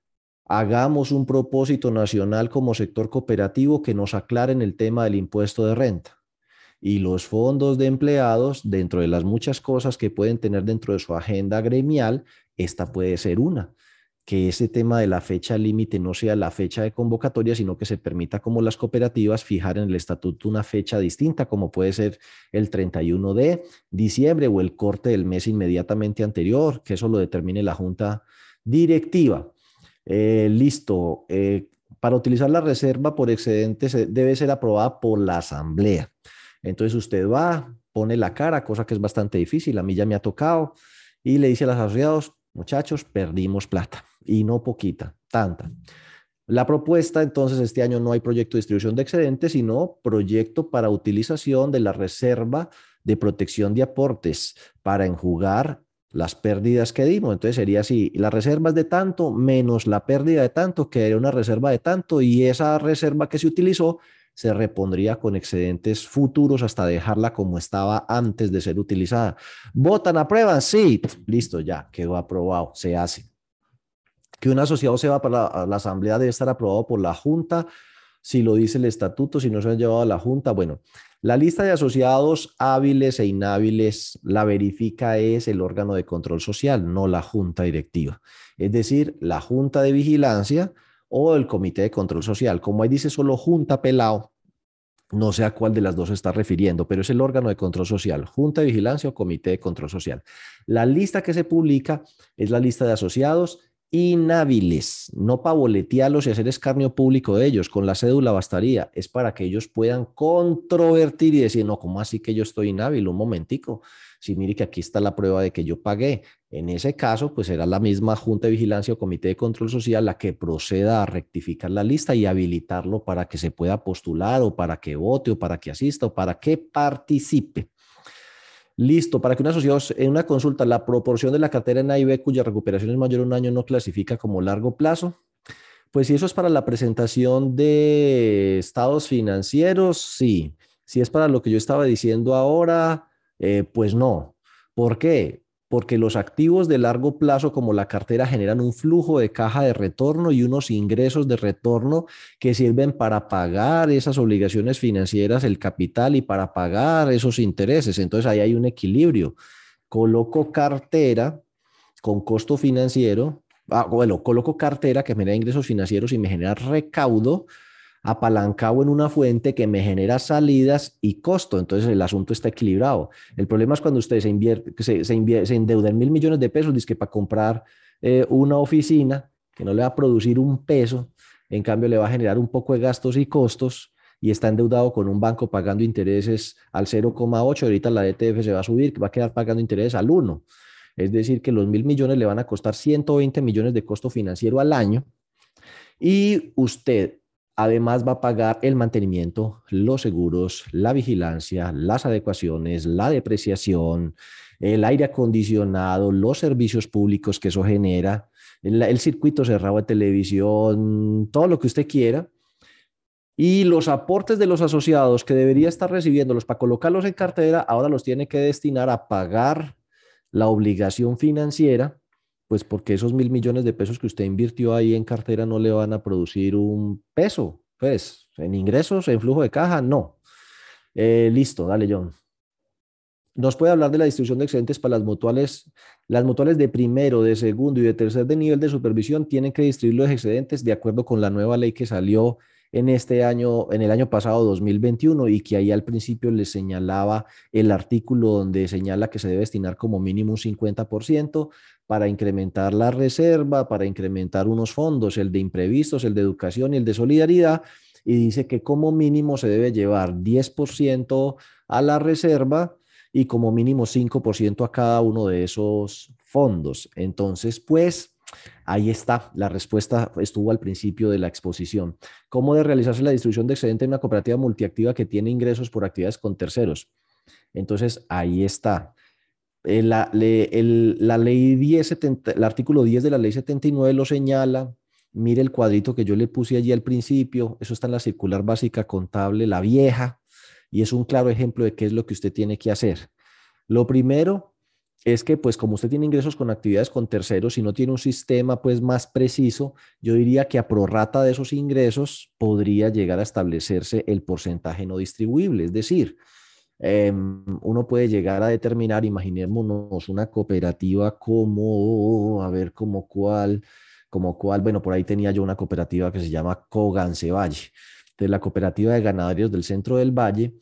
A: hagamos un propósito nacional como sector cooperativo que nos aclaren el tema del impuesto de renta. Y los fondos de empleados, dentro de las muchas cosas que pueden tener dentro de su agenda gremial, esta puede ser una. Que ese tema de la fecha límite no sea la fecha de convocatoria, sino que se permita, como las cooperativas, fijar en el estatuto una fecha distinta, como puede ser el treinta y uno de diciembre o el corte del mes inmediatamente anterior, que eso lo determine la Junta Directiva. Eh, listo. Eh, para utilizar la reserva por excedentes debe ser aprobada por la Asamblea. Entonces usted va, pone la cara, cosa que es bastante difícil, a mí ya me ha tocado, y le dice a los asociados: muchachos, perdimos plata, y no poquita, tanta. La propuesta, entonces, este año no hay proyecto de distribución de excedentes, sino proyecto para utilización de la reserva de protección de aportes para enjugar las pérdidas que dimos. Entonces sería así: las reservas de tanto menos la pérdida de tanto, quedaría una reserva de tanto, y esa reserva que se utilizó se repondría con excedentes futuros hasta dejarla como estaba antes de ser utilizada. ¿Votan, aprueban? Sí. Listo, ya quedó aprobado, se hace. Que un asociado se va para la, la asamblea debe estar aprobado por la Junta, si lo dice el estatuto. Si no se han llevado a la Junta, bueno, la lista de asociados hábiles e inhábiles la verifica es el órgano de control social, no la Junta Directiva. Es decir, la Junta de Vigilancia o el Comité de Control Social. Como ahí dice solo Junta pelado, no sé a cuál de las dos se está refiriendo, pero es el órgano de control social, Junta de Vigilancia o Comité de Control Social. La lista que se publica es la lista de asociados inhábiles, no para boletearlos y hacer escarnio público de ellos, con la cédula bastaría, es para que ellos puedan controvertir y decir: no, ¿cómo así que yo estoy inhábil? Un momentico, si mire que aquí está la prueba de que yo pagué. En ese caso, pues será la misma Junta de Vigilancia o Comité de Control Social la que proceda a rectificar la lista y habilitarlo para que se pueda postular, o para que vote, o para que asista, o para que participe. Listo. Para que un asociado en una consulta, la proporción de la cartera en A y B cuya recuperación es mayor a un año no clasifica como largo plazo. Pues si eso es para la presentación de estados financieros, sí. Si es para lo que yo estaba diciendo ahora, eh, pues no. ¿Por qué? Porque los activos de largo plazo, como la cartera, generan un flujo de caja de retorno y unos ingresos de retorno que sirven para pagar esas obligaciones financieras, el capital, y para pagar esos intereses. Entonces ahí hay un equilibrio. Coloco cartera con costo financiero. Ah, bueno, coloco cartera que me genera ingresos financieros y me genera recaudo apalancado en una fuente que me genera salidas y costo. Entonces el asunto está equilibrado. El problema es cuando usted se, invierte, se, se, invierte, se endeuda en mil millones de pesos, dice que para comprar eh, una oficina que no le va a producir un peso, en cambio le va a generar un poco de gastos y costos, y está endeudado con un banco pagando intereses al cero coma ocho, ahorita la D T F se va a subir, va a quedar pagando intereses al uno. Es decir, que los mil millones le van a costar ciento veinte millones de costo financiero al año, y usted además va a pagar el mantenimiento, los seguros, la vigilancia, las adecuaciones, la depreciación, el aire acondicionado, los servicios públicos que eso genera, el, el circuito cerrado de televisión, todo lo que usted quiera. Y los aportes de los asociados que debería estar recibiéndolos para colocarlos en cartera, ahora los tiene que destinar a pagar la obligación financiera, pues porque esos mil millones de pesos que usted invirtió ahí en cartera no le van a producir un peso, pues en ingresos, en flujo de caja, no. Eh, listo, dale, John. nos puede hablar de la distribución de excedentes para las mutuales. Las mutuales de primero, de segundo y de tercer de nivel de supervisión tienen que distribuir los excedentes de acuerdo con la nueva ley que salió en este año, en el año pasado, dos mil veintiuno, y que ahí al principio les señalaba el artículo donde señala que se debe destinar como mínimo un cincuenta por ciento para incrementar la reserva, para incrementar unos fondos, el de imprevistos, el de educación y el de solidaridad, y dice que como mínimo se debe llevar diez por ciento a la reserva y como mínimo cinco por ciento a cada uno de esos fondos. Entonces, pues ahí está, la respuesta estuvo al principio de la exposición. ¿Cómo de realizarse la distribución de excedente en una cooperativa multiactiva que tiene ingresos por actividades con terceros? Entonces, ahí está. El, la, le, el, la ley diez setenta, el artículo diez de la ley setenta y nueve lo señala. Mire el cuadrito que yo le puse allí al principio. Eso está en la circular básica contable, la vieja, y es un claro ejemplo de qué es lo que usted tiene que hacer. Lo primero es que, pues, como usted tiene ingresos con actividades con terceros y no tiene un sistema, pues, más preciso, yo diría que a prorrata de esos ingresos podría llegar a establecerse el porcentaje no distribuible. Es decir, eh, uno puede llegar a determinar, imaginémonos una cooperativa como, a ver, como cuál, como cuál, bueno, por ahí tenía yo una cooperativa que se llama Cogance Valle. Entonces, la cooperativa de ganaderos del centro del Valle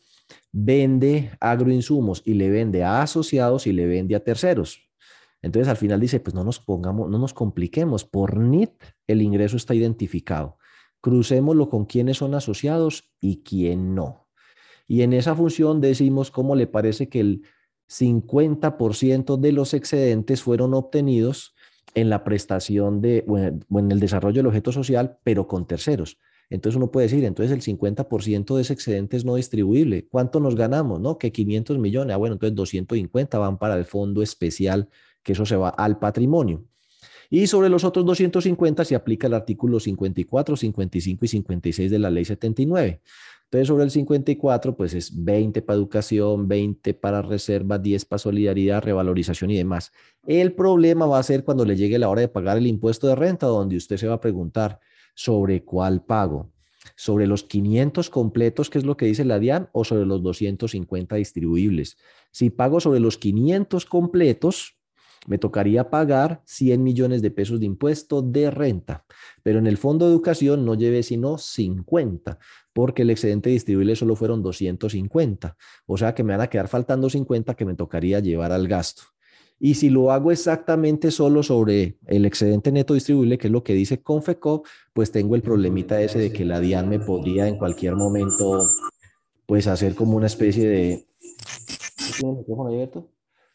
A: vende agroinsumos y le vende a asociados y le vende a terceros. Entonces, al final dice, pues no nos pongamos, no nos compliquemos. Por N I T el ingreso está identificado. Crucémoslo con quiénes son asociados y quién no. Y en esa función decimos cómo le parece que el cincuenta por ciento de los excedentes fueron obtenidos en la prestación de, o en el desarrollo del objeto social, pero con terceros. Entonces uno puede decir, entonces el cincuenta por ciento de ese excedente es no distribuible. ¿Cuánto nos ganamos? No, que quinientos millones. Ah, bueno, entonces doscientos cincuenta van para el fondo especial, que eso se va al patrimonio. Y sobre los otros doscientos cincuenta se aplica el artículo cincuenta y cuatro, cincuenta y cinco y cincuenta y seis de la ley setenta y nueve. Entonces, sobre el cincuenta y cuatro, pues es veinte para educación, veinte para reserva, diez para solidaridad, revalorización y demás. El problema va a ser cuando le llegue la hora de pagar el impuesto de renta, donde usted se va a preguntar sobre cuál pago. ¿Sobre los quinientos completos, que es lo que dice la DIAN, o sobre los doscientos cincuenta distribuibles? Si pago sobre los quinientos completos, me tocaría pagar cien millones de pesos de impuesto de renta, pero en el fondo de educación no llevé sino cincuenta, porque el excedente distribuible solo fueron doscientos cincuenta, o sea que me van a quedar faltando cincuenta que me tocaría llevar al gasto. Y si lo hago exactamente solo sobre el excedente neto distribuible, que es lo que dice Confecop, pues tengo el problemita ese de que la DIAN me podría en cualquier momento pues hacer como una especie de... ¿Tiene el micrófono abierto?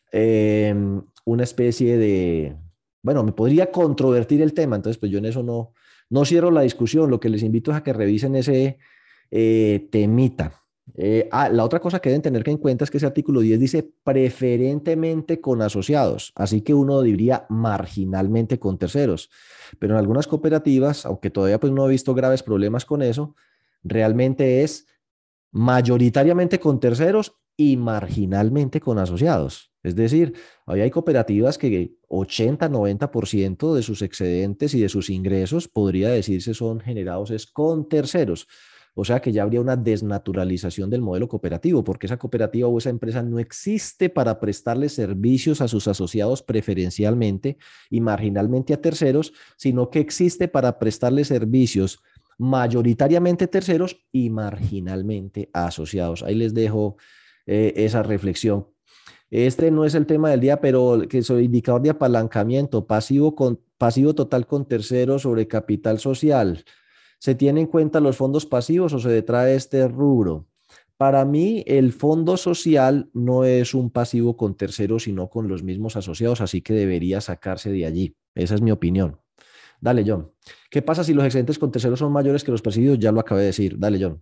A: Eh, una especie de, bueno, me podría controvertir el tema, entonces pues yo en eso no, no cierro la discusión, lo que les invito es a que revisen ese eh, temita. Eh, ah, la otra cosa que deben tener que en cuenta es que ese artículo diez dice preferentemente con asociados, así que uno diría marginalmente con terceros, pero en algunas cooperativas, aunque todavía pues no he visto graves problemas con eso, realmente es mayoritariamente con terceros y marginalmente con asociados. Es decir, hoy hay cooperativas que ochenta, noventa por ciento de sus excedentes y de sus ingresos, podría decirse, son generados es con terceros. O sea que ya habría una desnaturalización del modelo cooperativo, porque esa cooperativa o esa empresa no existe para prestarle servicios a sus asociados preferencialmente y marginalmente a terceros, sino que existe para prestarle servicios mayoritariamente terceros y marginalmente asociados. Ahí les dejo eh, esa reflexión. Este no es el tema del día, pero que soy indicador de apalancamiento, pasivo, con, pasivo total con terceros sobre capital social. ¿Se tiene en cuenta los fondos pasivos o se detrae este rubro? Para mí, el fondo social no es un pasivo con terceros, sino con los mismos asociados, así que debería sacarse de allí. Esa es mi opinión. Dale, John. ¿Qué pasa si los excedentes con terceros son mayores que los percibidos? Ya lo acabé de decir. Dale, John.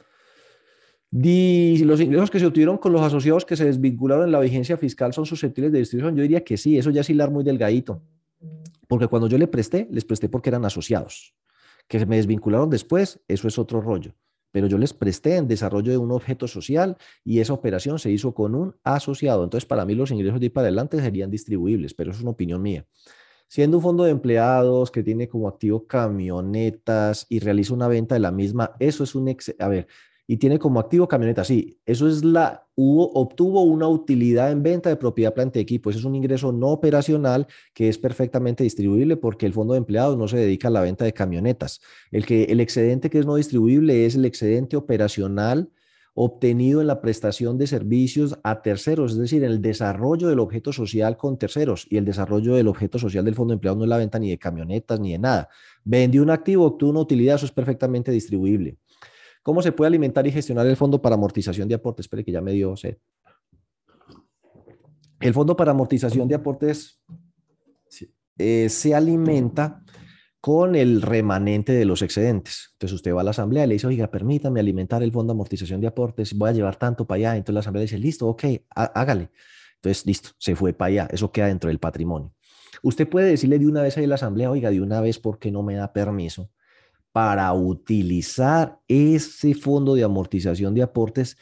A: Di, si los ingresos que se obtuvieron con los asociados que se desvincularon en la vigencia fiscal son susceptibles de distribución, yo diría que sí, eso ya es hilar muy delgadito, porque cuando yo le presté, les presté porque eran asociados. Que se me desvincularon después, eso es otro rollo. Pero yo les presté en desarrollo de un objeto social y esa operación se hizo con un asociado. Entonces, para mí los ingresos de ahí para adelante serían distribuibles, pero eso es una opinión mía. Siendo un fondo de empleados que tiene como activo camionetas y realiza una venta de la misma, eso es un... Ex a ver, y tiene como activo camionetas. Sí, eso es la, hubo, obtuvo una utilidad en venta de propiedad, planta y equipo. Ese es un ingreso no operacional que es perfectamente distribuible porque el fondo de empleados no se dedica a la venta de camionetas. El, que, el excedente que es no distribuible es el excedente operacional obtenido en la prestación de servicios a terceros, es decir, en el desarrollo del objeto social con terceros. Y el desarrollo del objeto social del fondo de empleados no es la venta ni de camionetas ni de nada. Vendió un activo, obtuvo una utilidad, eso es perfectamente distribuible. ¿Cómo se puede alimentar y gestionar el fondo para amortización de aportes? Espere que ya me dio sed. El fondo para amortización de aportes eh, se alimenta con el remanente de los excedentes. Entonces usted va a la asamblea y le dice, oiga, permítame alimentar el fondo de amortización de aportes, voy a llevar tanto para allá. Entonces la asamblea dice, listo, ok, hágale. Entonces, listo, se fue para allá. Eso queda dentro del patrimonio. Usted puede decirle de una vez ahí a la asamblea, oiga, de una vez, ¿por qué no me da permiso para utilizar ese fondo de amortización de aportes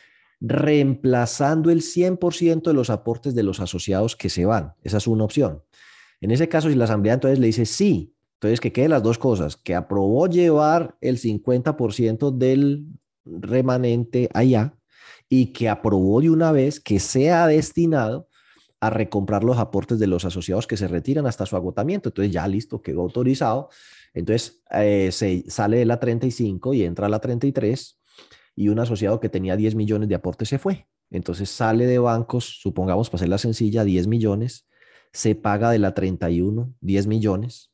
A: reemplazando el cien por ciento de los aportes de los asociados que se van? Esa es una opción. En ese caso, si la asamblea entonces le dice sí, entonces que queden las dos cosas, que aprobó llevar el cincuenta por ciento del remanente allá y que aprobó de una vez que sea destinado a recomprar los aportes de los asociados que se retiran hasta su agotamiento. Entonces ya listo, quedó autorizado. Entonces eh, se sale de la treinta y cinco y entra a la treinta y tres y un asociado que tenía diez millones de aportes se fue. Entonces sale de bancos, supongamos para hacerla sencilla, diez millones, se paga de la treinta y uno, diez millones.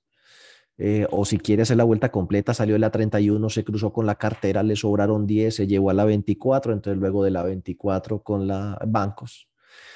A: Eh, o si quiere hacer la vuelta completa, salió de la treinta y uno, se cruzó con la cartera, le sobraron diez, se llevó a la veinticuatro, entonces luego de la veinticuatro con la bancos.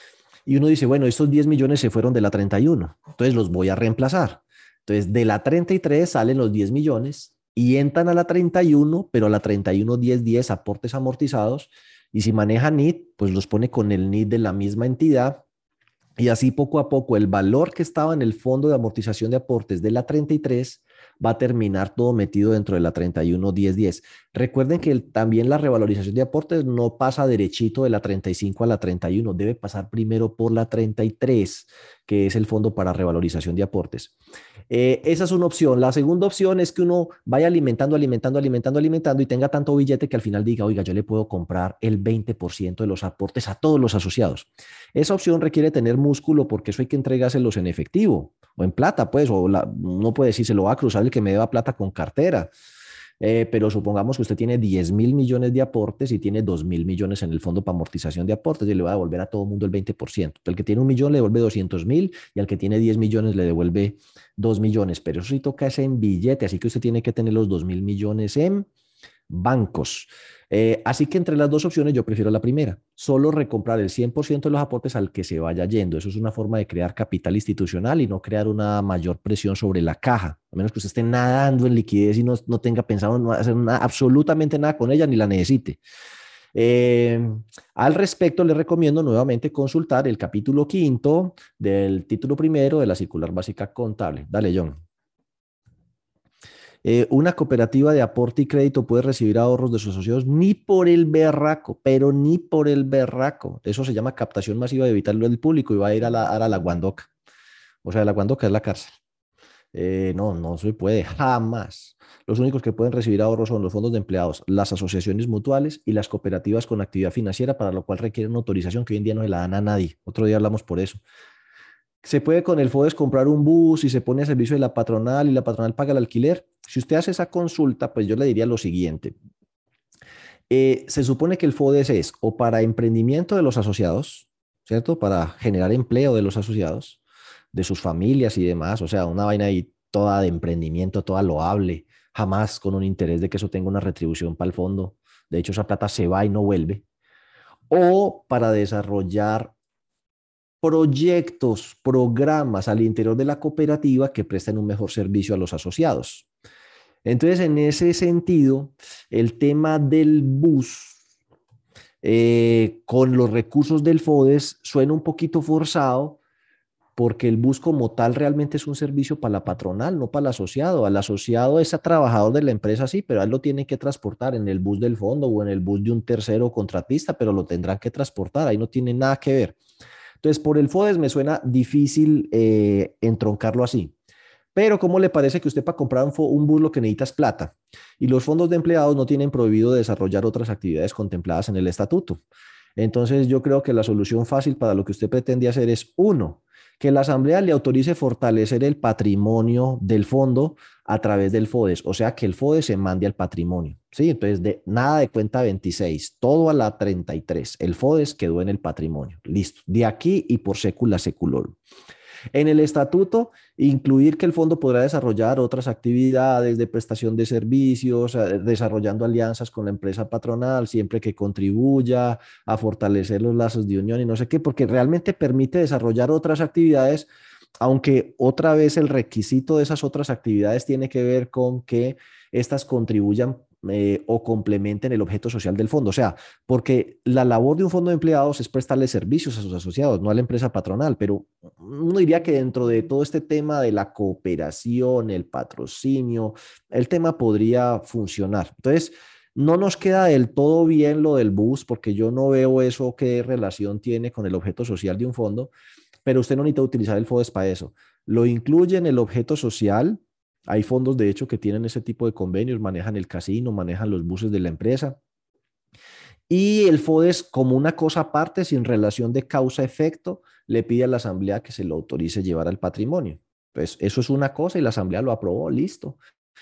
A: Y uno dice, bueno, estos diez millones se fueron de la treinta y uno, entonces los voy a reemplazar. Entonces, de la treinta y tres salen los diez millones y entran a la treinta y uno, pero a la treinta y uno, diez, diez, aportes amortizados. Y si maneja N I T, pues los pone con el N I T de la misma entidad. Y así poco a poco el valor que estaba en el fondo de amortización de aportes de la treinta y tres va a terminar todo metido dentro de la treinta y uno, diez, diez. Recuerden que el, también la revalorización de aportes no pasa derechito de la treinta y cinco a la treinta y uno, debe pasar primero por la treinta y tres, que es el fondo para revalorización de aportes. Eh, esa es una opción. La segunda opción es que uno vaya alimentando, alimentando, alimentando, alimentando y tenga tanto billete que al final diga, oiga, yo le puedo comprar el veinte por ciento de los aportes a todos los asociados. Esa opción requiere tener músculo porque eso hay que entregárselos en efectivo o en plata, pues, o la, no puede decir, se lo va a cruzar el que me deba plata con cartera. Eh, pero supongamos que usted tiene diez mil millones de aportes y tiene dos mil millones en el fondo para amortización de aportes y le va a devolver a todo el mundo el veinte por ciento. El que tiene un millón le devuelve doscientos mil y al que tiene diez millones le devuelve dos millones. Pero eso sí toca es en billete, así que usted tiene que tener los dos mil millones en bancos. Eh, así que entre las dos opciones yo prefiero la primera, solo recomprar el cien por ciento de los aportes al que se vaya yendo. Eso es una forma de crear capital institucional y no crear una mayor presión sobre la caja, a menos que usted esté nadando en liquidez y no, no tenga pensado en hacer nada, absolutamente nada con ella ni la necesite. Eh, al respecto, les recomiendo nuevamente consultar el capítulo quinto del título primero de la circular básica contable. Dale, John. Eh, una cooperativa de aporte y crédito puede recibir ahorros de sus asociados ni por el berraco, pero ni por el berraco. Eso se llama captación masiva de evitarlo del público y va a ir a la, a la guandoca. O sea, la guandoca es la cárcel. Eh, no, no se puede, jamás. Los únicos que pueden recibir ahorros son los fondos de empleados, las asociaciones mutuales y las cooperativas con actividad financiera, para lo cual requieren autorización que hoy en día no se la dan a nadie. Otro día hablamos por eso. Se puede con el FODES comprar un bus y se pone a servicio de la patronal y la patronal paga el alquiler. Si usted hace esa consulta, pues yo le diría lo siguiente. Eh, se supone que el FODES es o para emprendimiento de los asociados, ¿cierto? Para generar empleo de los asociados, de sus familias y demás. O sea, una vaina ahí toda de emprendimiento, toda loable, jamás con un interés de que eso tenga una retribución para el fondo. De hecho, esa plata se va y no vuelve. O para desarrollar proyectos, programas al interior de la cooperativa que presten un mejor servicio a los asociados. Entonces, en ese sentido, el tema del bus eh, con los recursos del FODES suena un poquito forzado porque el bus como tal realmente es un servicio para la patronal, no para el asociado. Al asociado es a trabajador de la empresa, sí, pero a él lo tienen que transportar en el bus del fondo o en el bus de un tercero contratista, pero lo tendrán que transportar, ahí no tiene nada que ver. Entonces, por el FODES me suena difícil eh, entroncarlo así. Pero ¿cómo le parece que usted para comprar un, un bus lo que necesita es plata? Y los fondos de empleados no tienen prohibido desarrollar otras actividades contempladas en el estatuto. Entonces yo creo que la solución fácil para lo que usted pretende hacer es, uno, que la Asamblea le autorice fortalecer el patrimonio del fondo a través del FODES, o sea, que el FODES se mande al patrimonio, ¿sí? Entonces, de, nada de cuenta veintiséis, todo a la treinta y tres, el FODES quedó en el patrimonio, listo, de aquí y por sécula seculorum. En el estatuto, incluir que el fondo podrá desarrollar otras actividades de prestación de servicios, desarrollando alianzas con la empresa patronal, siempre que contribuya a fortalecer los lazos de unión y no sé qué, porque realmente permite desarrollar otras actividades, aunque otra vez el requisito de esas otras actividades tiene que ver con que estas contribuyan eh, o complementen el objeto social del fondo. O sea, porque la labor de un fondo de empleados es prestarle servicios a sus asociados, no a la empresa patronal, pero uno diría que dentro de todo este tema de la cooperación, el patrocinio, el tema podría funcionar. Entonces, no nos queda del todo bien lo del bus, porque yo no veo eso qué relación tiene con el objeto social de un fondo, pero usted no necesita utilizar el FODES para eso. Lo incluye en el objeto social. Hay fondos, de hecho, que tienen ese tipo de convenios, manejan el casino, manejan los buses de la empresa. Y el FODES, como una cosa aparte, sin relación de causa-efecto, le pide a la Asamblea que se lo autorice llevar al patrimonio. Pues eso es una cosa y la Asamblea lo aprobó, listo.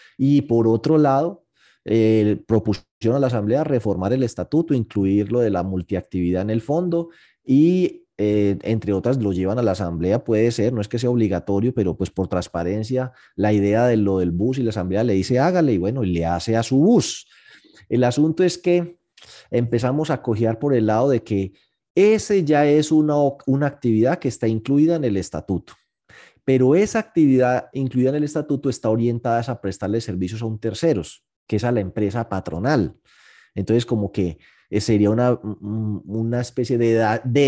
A: Y por otro lado, eh, propusieron a la Asamblea reformar el estatuto, incluir lo de la multiactividad en el fondo y, eh, entre otras, lo llevan a la Asamblea, puede ser, no es que sea obligatorio, pero pues por transparencia, la idea de lo del bus y la Asamblea le dice hágale y bueno, y le hace a su bus. El asunto es que empezamos a cojear por el lado de que ese ya es una, una actividad que está incluida en el estatuto, pero esa actividad incluida en el estatuto está orientada a prestarle servicios a un terceros, que es a la empresa patronal. Entonces, como que sería una, una especie de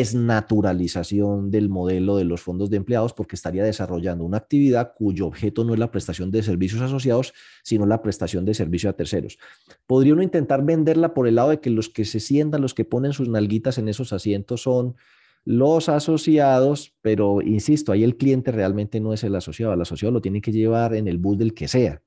A: desnaturalización del modelo de los fondos de empleados porque estaría desarrollando una actividad cuyo objeto no es la prestación de servicios asociados, sino la prestación de servicio a terceros. Podría uno intentar venderla por el lado de que los que se sientan, los que ponen sus nalguitas en esos asientos son los asociados, pero insisto, ahí el cliente realmente no es el asociado, el asociado lo tiene que llevar en el bus del que sea.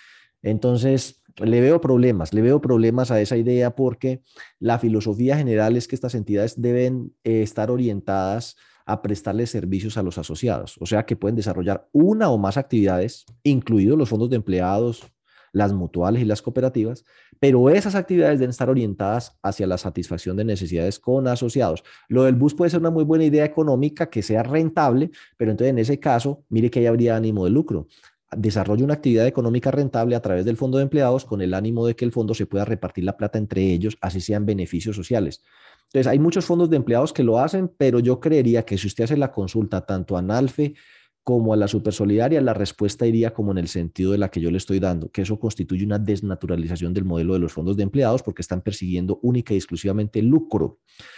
A: Entonces, le veo problemas, le veo problemas a esa idea porque la filosofía general es que estas entidades deben eh, estar orientadas a prestarles servicios a los asociados, o sea que pueden desarrollar una o más actividades, incluidos los fondos de empleados, las mutuales y las cooperativas, pero esas actividades deben estar orientadas hacia la satisfacción de necesidades con asociados. Lo del bus puede ser una muy buena idea económica que sea rentable, pero entonces en ese caso, mire que ahí habría ánimo de lucro. Desarrolla una actividad económica rentable a través del fondo de empleados con el ánimo de que el fondo se pueda repartir la plata entre ellos, así sean beneficios sociales. Entonces, hay muchos fondos de empleados que lo hacen, pero yo creería que si usted hace la consulta tanto a NALFE como a la Supersolidaria, la respuesta iría como en el sentido de la que yo le estoy dando, que eso constituye una desnaturalización del modelo de los fondos de empleados porque están persiguiendo única y exclusivamente lucro.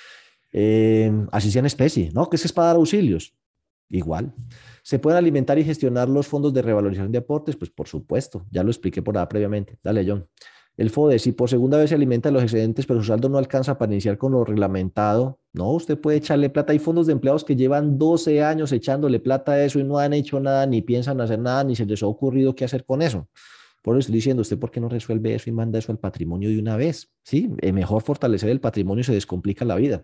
A: Eh, así sea en especie, ¿no? Que es para dar auxilios. Igual. ¿Se pueden alimentar y gestionar los fondos de revalorización de aportes? Pues por supuesto, ya lo expliqué por ahí previamente. Dale, John. El FODES, si por segunda vez se alimenta de los excedentes, pero su saldo no alcanza para iniciar con lo reglamentado, no, usted puede echarle plata. Hay fondos de empleados que llevan doce años echándole plata a eso y no han hecho nada, ni piensan hacer nada, ni se les ha ocurrido qué hacer con eso. Por eso estoy diciendo, ¿usted por qué no resuelve eso y manda eso al patrimonio de una vez? Sí, es mejor fortalecer el patrimonio y se descomplica la vida.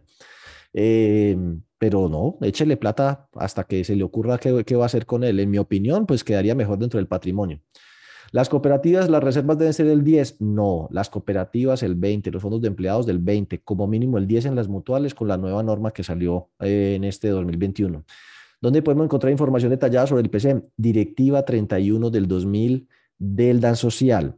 A: Eh, pero no, échele plata hasta que se le ocurra qué, qué va a hacer con él. En mi opinión, pues quedaría mejor dentro del patrimonio. Las cooperativas, las reservas deben ser el diez. No, las cooperativas el veinte, los fondos de empleados del veinte, como mínimo el diez en las mutuales con la nueva norma que salió eh, en este dos mil veintiuno. ¿Dónde podemos encontrar información detallada sobre el P C E M? Directiva treinta y uno del dos mil del DAN Social.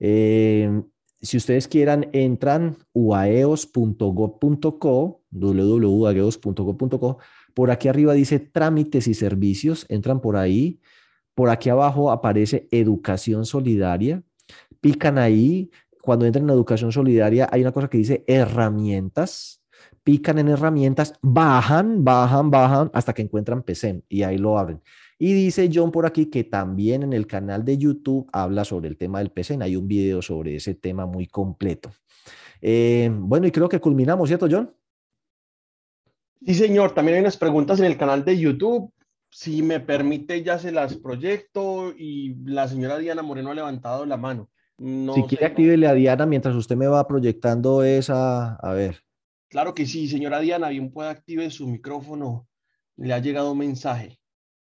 A: Eh, si ustedes quieran, entran uaeos punto gob punto co, w w w punto ageos punto gob punto co. Por aquí arriba dice trámites y servicios, entran por ahí. Por aquí abajo aparece educación solidaria. Pican ahí. Cuando entran en educación solidaria hay una cosa que dice herramientas. Pican en herramientas, bajan, bajan, bajan hasta que encuentran P C E M y ahí lo abren. Y dice John por aquí que también en el canal de YouTube habla sobre el tema del P C E M. Hay un video sobre ese tema muy completo. Eh, bueno, y creo que culminamos, ¿cierto, John?
B: Sí, señor. También hay unas preguntas en el canal de YouTube. Si me permite, ya se las proyecto y la señora Diana Moreno ha levantado la mano.
A: Si
B: No
A: quiere,
B: sé.
A: actívele a Diana mientras usted me va proyectando esa, a ver.
B: Claro que sí, señora Diana, bien puede active su micrófono. Le ha llegado un mensaje.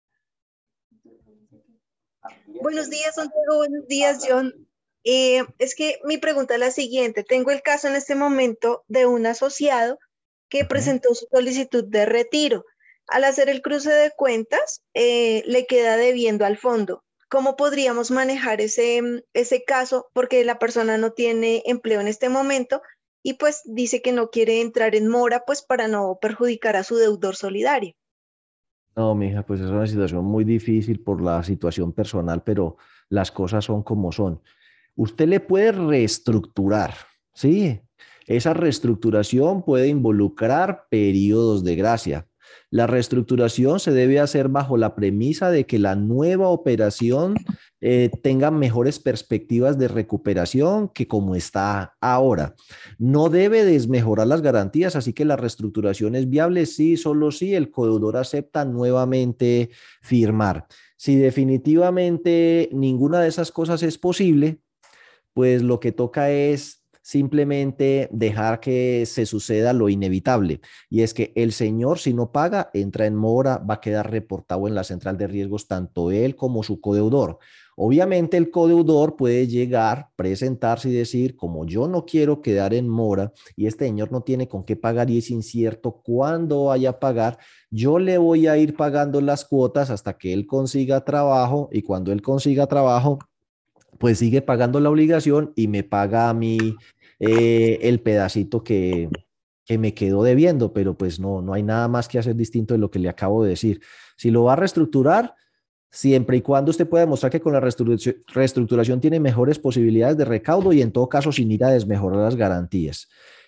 C: Buenos días, Santiago. Buenos días, John. Eh, es que mi pregunta es la siguiente. Tengo el caso en este momento de un asociado que
A: Ujú.
C: presentó su solicitud de retiro. Al hacer el cruce de cuentas, eh, le queda debiendo al fondo. ¿Cómo podríamos manejar ese, mm, ese caso? Porque la persona no tiene empleo en este momento y pues dice que no quiere entrar en mora, pues para no perjudicar a su deudor solidario.
A: No, mija, pues es una situación muy difícil por la situación personal, pero las cosas son como son. Usted le puede reestructurar, ¿sí? Esa reestructuración puede involucrar periodos de gracia. La reestructuración se debe hacer bajo la premisa de que la nueva operación eh, tenga mejores perspectivas de recuperación que como está ahora. No debe desmejorar las garantías, así que la reestructuración es viable sí, solo si el codeudor acepta nuevamente firmar. Si definitivamente ninguna de esas cosas es posible, pues lo que toca es simplemente dejar que se suceda lo inevitable. Y es que el señor, si no paga, entra en mora, va a quedar reportado en la central de riesgos tanto él como su codeudor. Obviamente el codeudor puede llegar, presentarse y decir, como yo no quiero quedar en mora y este señor no tiene con qué pagar y es incierto cuándo vaya a pagar, yo le voy a ir pagando las cuotas hasta que él consiga trabajo y cuando él consiga trabajo, pues sigue pagando la obligación y me paga a mí eh, el pedacito que, que me quedó debiendo, pero pues no, no hay nada más que hacer distinto de lo que le acabo de decir. Si lo va a reestructurar, siempre y cuando usted pueda demostrar que con la reestructuración, reestructuración tiene mejores posibilidades de recaudo y en todo caso sin ir a desmejorar las garantías.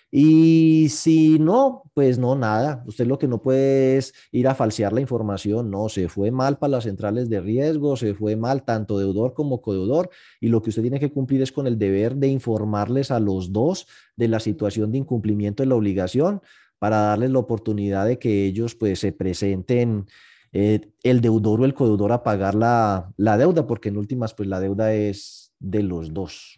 A: Y si no, pues no, nada. Usted lo que no puede es ir a falsear la información. No, se fue mal para las centrales de riesgo, se fue mal tanto deudor como codeudor. Y lo que usted tiene que cumplir es con el deber de informarles a los dos de la situación de incumplimiento de la obligación para darles la oportunidad de que ellos pues se presenten eh, el deudor o el codeudor a pagar la, la deuda, porque en últimas pues la deuda es de los dos.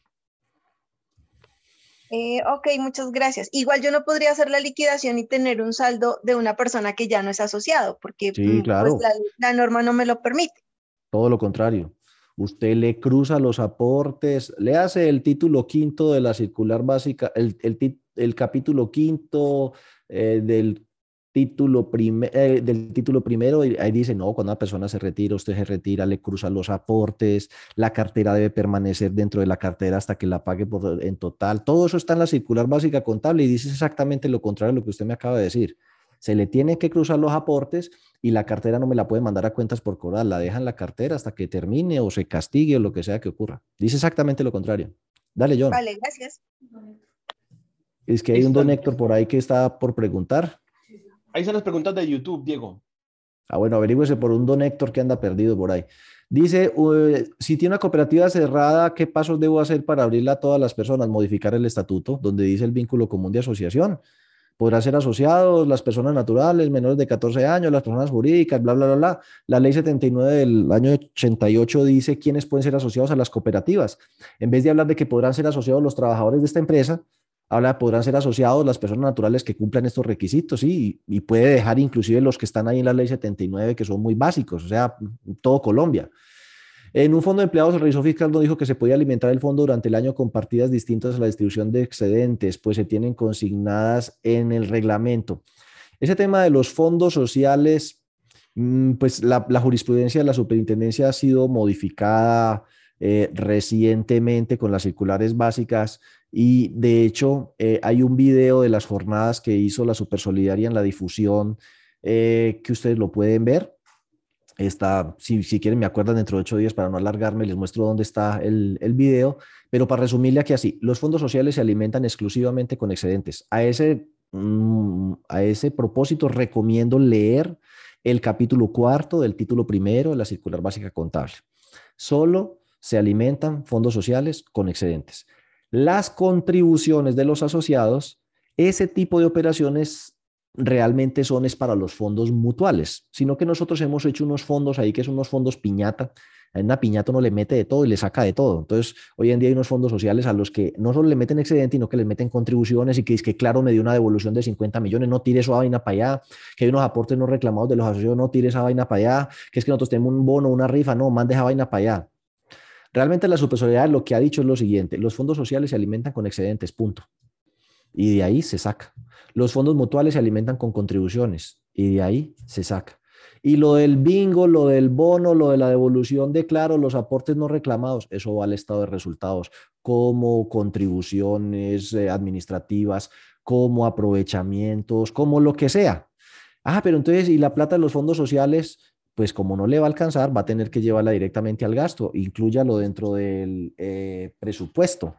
C: Eh, ok, muchas gracias. Igual yo no podría hacer la liquidación y tener un saldo de una persona que ya no es asociado, porque
A: Sí,
C: mm, pues
A: claro.
C: la, la norma no me lo permite.
A: Todo lo contrario. Usted le cruza los aportes, le hace el título quinto de la circular básica, el, el, tit- el capítulo quinto eh, del, título prime- eh, del título primero, y ahí dice, no, cuando una persona se retira, usted se retira, le cruza los aportes, la cartera debe permanecer dentro de la cartera hasta que la pague por, en total. Todo eso está en la circular básica contable y dice exactamente lo contrario de lo que usted me acaba de decir. Se le tiene que cruzar los aportes y la cartera no me la puede mandar a cuentas por cobrar, la deja en la cartera hasta que termine o se castigue o lo que sea que ocurra. Dice exactamente lo contrario. Dale, John.
C: Vale, gracias.
A: Es que
B: Ahí
A: hay un don
B: están.
A: Héctor por ahí que está por preguntar.
B: Ahí están las preguntas de YouTube, Diego.
A: Ah, bueno, averígüese por un don Héctor que anda perdido por ahí. Dice, uh, si tiene una cooperativa cerrada, ¿qué pasos debo hacer para abrirla a todas las personas? Modificar el estatuto, donde dice el vínculo común de asociación. Podrán ser asociados las personas naturales menores de catorce años, las personas jurídicas, bla, bla, bla, bla. La ley setenta y nueve del año ochenta y ocho dice quiénes pueden ser asociados a las cooperativas. En vez de hablar de que podrán ser asociados los trabajadores de esta empresa, habla de podrán ser asociados las personas naturales que cumplan estos requisitos, ¿sí? Y, y puede dejar inclusive los que están ahí en la ley setenta y nueve, que son muy básicos, o sea, todo Colombia. En un fondo de empleados, el revisor fiscal no dijo que se podía alimentar el fondo durante el año con partidas distintas a la distribución de excedentes, pues se tienen consignadas en el reglamento. Ese tema de los fondos sociales, mm, pues la, la jurisprudencia de la superintendencia ha sido modificada eh, recientemente con las circulares básicas y de hecho eh, hay un video de las jornadas que hizo la Supersolidaria en la difusión eh, que ustedes lo pueden ver. Está, si, si quieren, me acuerdan dentro de ocho días para no alargarme, les muestro dónde está el, el video, pero para resumirle aquí así, los fondos sociales se alimentan exclusivamente con excedentes. A ese, mm, a ese propósito recomiendo leer el capítulo cuarto del título primero de la circular básica contable. Solo se alimentan fondos sociales con excedentes. Las contribuciones de los asociados, ese tipo de operaciones realmente son es para los fondos mutuales, sino que nosotros hemos hecho unos fondos ahí que son unos fondos piñata. En una piñata uno le mete de todo y le saca de todo. Entonces, hoy en día hay unos fondos sociales a los que no solo le meten excedente, sino que les meten contribuciones y que es que, claro, me dio una devolución de cincuenta millones, no tire esa vaina para allá, que hay unos aportes no reclamados de los asociados, no tire esa vaina para allá, que es que nosotros tenemos un bono, una rifa, no, mande esa vaina para allá. Realmente la supersolidaridad lo que ha dicho es lo siguiente: los fondos sociales se alimentan con excedentes, punto. Y de ahí se saca. Los fondos mutuales se alimentan con contribuciones y de ahí se saca. Y lo del bingo, lo del bono, lo de la devolución de claro, los aportes no reclamados, eso va al estado de resultados, como contribuciones eh, administrativas, como aprovechamientos, como lo que sea. Ah, pero entonces, ¿y la plata de los fondos sociales? Pues como no le va a alcanzar, va a tener que llevarla directamente al gasto, inclúyalo dentro del eh, presupuesto.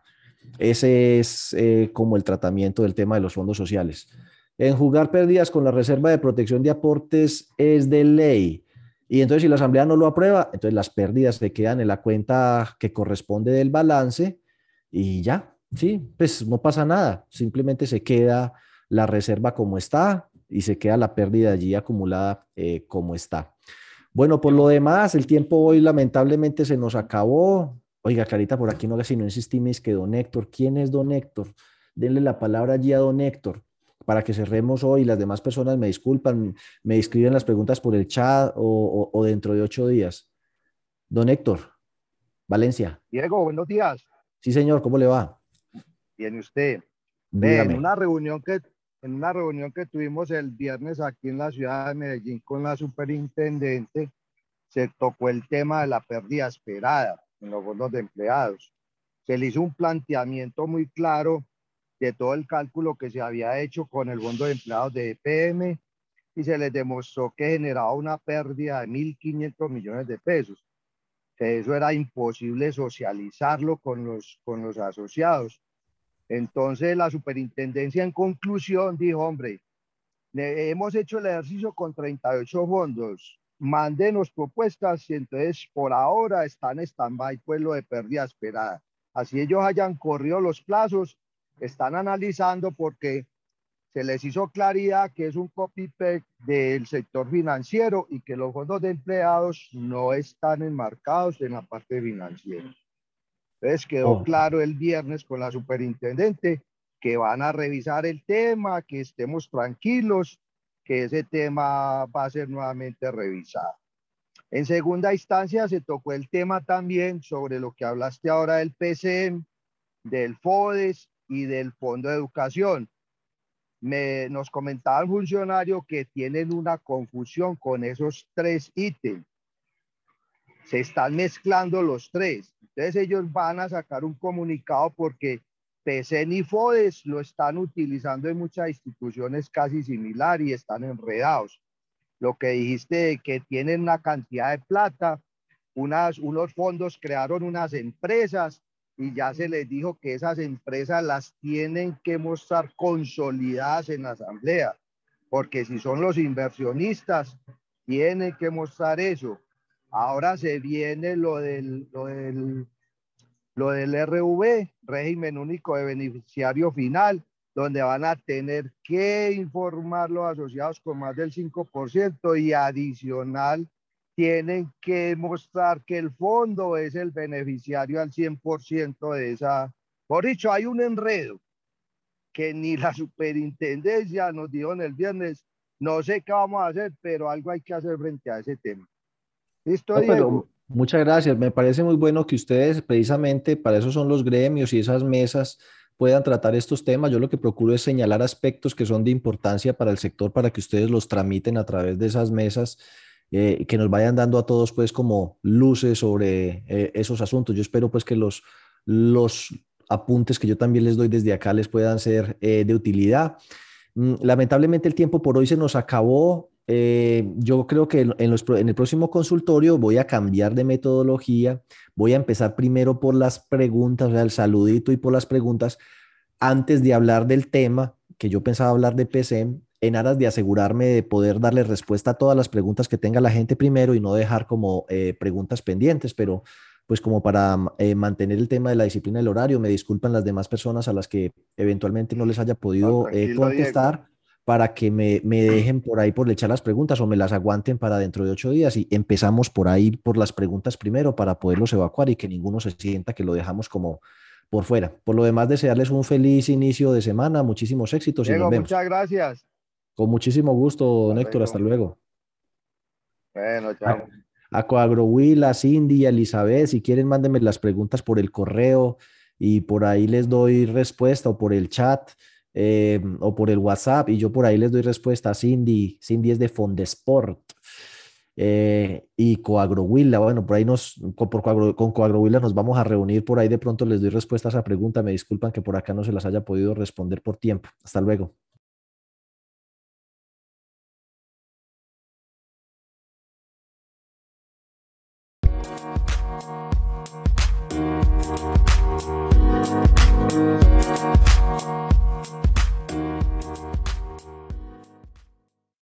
A: Ese es eh, como el tratamiento del tema de los fondos sociales. Enjugar pérdidas con la reserva de protección de aportes es de ley. Y entonces si la asamblea no lo aprueba, entonces las pérdidas se quedan en la cuenta que corresponde del balance y ya, sí, pues no pasa nada. Simplemente se queda la reserva como está y se queda la pérdida allí acumulada eh, como está. Bueno, por lo demás, el tiempo hoy lamentablemente se nos acabó. Oiga, Clarita, por aquí no haga si no insistimos que don Héctor. ¿Quién es don Héctor? Denle la palabra allí a don Héctor para que cerremos hoy. Las demás personas me disculpan, me escriben las preguntas por el chat o, o, o dentro de ocho días. Don Héctor, Valencia.
D: Diego, buenos días.
A: Sí, señor, ¿cómo le va?
D: Bien, usted. Ve, en
A: Dígame.
D: una reunión que en una reunión que tuvimos el viernes aquí en la ciudad de Medellín con la superintendente, se tocó el tema de la pérdida esperada en los fondos de empleados. Se le hizo un planteamiento muy claro de todo el cálculo que se había hecho con el fondo de empleados de E P M y se les demostró que generaba una pérdida de mil quinientos millones de pesos. Que eso era imposible socializarlo con los, con los asociados. Entonces la superintendencia en conclusión dijo, hombre, hemos hecho el ejercicio con treinta y ocho fondos, mándenos propuestas y entonces por ahora están en stand-by pues lo de pérdida esperada. Así ellos hayan corrido los plazos, están analizando porque se les hizo claridad que es un copy-paste del sector financiero y que los fondos de empleados no están enmarcados en la parte financiera. Entonces quedó
A: Oh.
D: claro el viernes con la superintendente que van a revisar el tema, que estemos tranquilos, que ese tema va a ser nuevamente revisado. En segunda instancia se tocó el tema también sobre lo que hablaste ahora del P C M, del FODES y del Fondo de Educación. Me, nos comentaba el funcionario que tienen una confusión con esos tres ítems. Se están mezclando los tres. Entonces ellos van a sacar un comunicado porque P C N y FODES lo están utilizando en muchas instituciones casi similar y están enredados. Lo que dijiste de que tienen una cantidad de plata, unas, unos fondos crearon unas empresas y ya se les dijo que esas empresas las tienen que mostrar consolidadas en la asamblea, porque si son los inversionistas, tienen que mostrar eso. Ahora se viene lo del, lo del, lo del R V, régimen único de beneficiario final, donde van a tener que informar los asociados con más del cinco por ciento y adicional tienen que mostrar que el fondo es el beneficiario al cien por ciento de esa. Por dicho, hay un enredo que ni la superintendencia nos dijo en el viernes, no sé qué vamos a hacer, pero algo hay que hacer frente a ese tema. ¿Listo,
A: No, pero
D: Diego?
A: muchas gracias. Me parece muy bueno que ustedes, precisamente para eso son los gremios y esas mesas, puedan tratar estos temas. Yo lo que procuro es señalar aspectos que son de importancia para el sector para que ustedes los tramiten a través de esas mesas eh, y que nos vayan dando a todos pues como luces sobre eh, esos asuntos. Yo espero pues que los, los apuntes que yo también les doy desde acá les puedan ser eh, de utilidad. Mm, Lamentablemente el tiempo por hoy se nos acabó. Eh, yo creo que en, en los pro- en el próximo consultorio voy a cambiar de metodología. Voy a empezar primero por las preguntas, o sea, el saludito y por las preguntas, antes de hablar del tema, que yo pensaba hablar de P C M, en aras de asegurarme de poder darle respuesta a todas las preguntas que tenga la gente primero y no dejar como eh, preguntas pendientes, pero pues como para eh, mantener el tema de la disciplina del horario, me disculpan las demás personas a las que eventualmente no les haya
D: No,
A: podido eh,
D: tranquilo, Diego.
A: contestar, para que me, me dejen por ahí por echar las preguntas o me las aguanten para dentro de ocho días y empezamos por ahí por las preguntas primero para poderlos evacuar y que ninguno se sienta que lo dejamos como por fuera. Por lo demás, desearles un feliz inicio de semana, muchísimos éxitos y nos
D: Diego,
A: vemos.
D: muchas gracias.
A: Con muchísimo gusto, don
D: Hasta
A: Héctor, hasta
D: luego.
A: luego.
D: Bueno,
A: A,
D: chao.
A: a Coagrowill, a Cindy, a Elizabeth, si quieren, mándenme las preguntas por el correo y por ahí les doy respuesta o por el chat. Eh, o por el WhatsApp y yo por ahí les doy respuesta a Cindy. Cindy es de Fondesport. Eh, y Coagrohuila, bueno, por ahí nos, con, por Coagro, con Coagrohuila nos vamos a reunir, por ahí de pronto les doy respuesta a esa pregunta. Me disculpan que por acá no se las haya podido responder por tiempo. Hasta luego.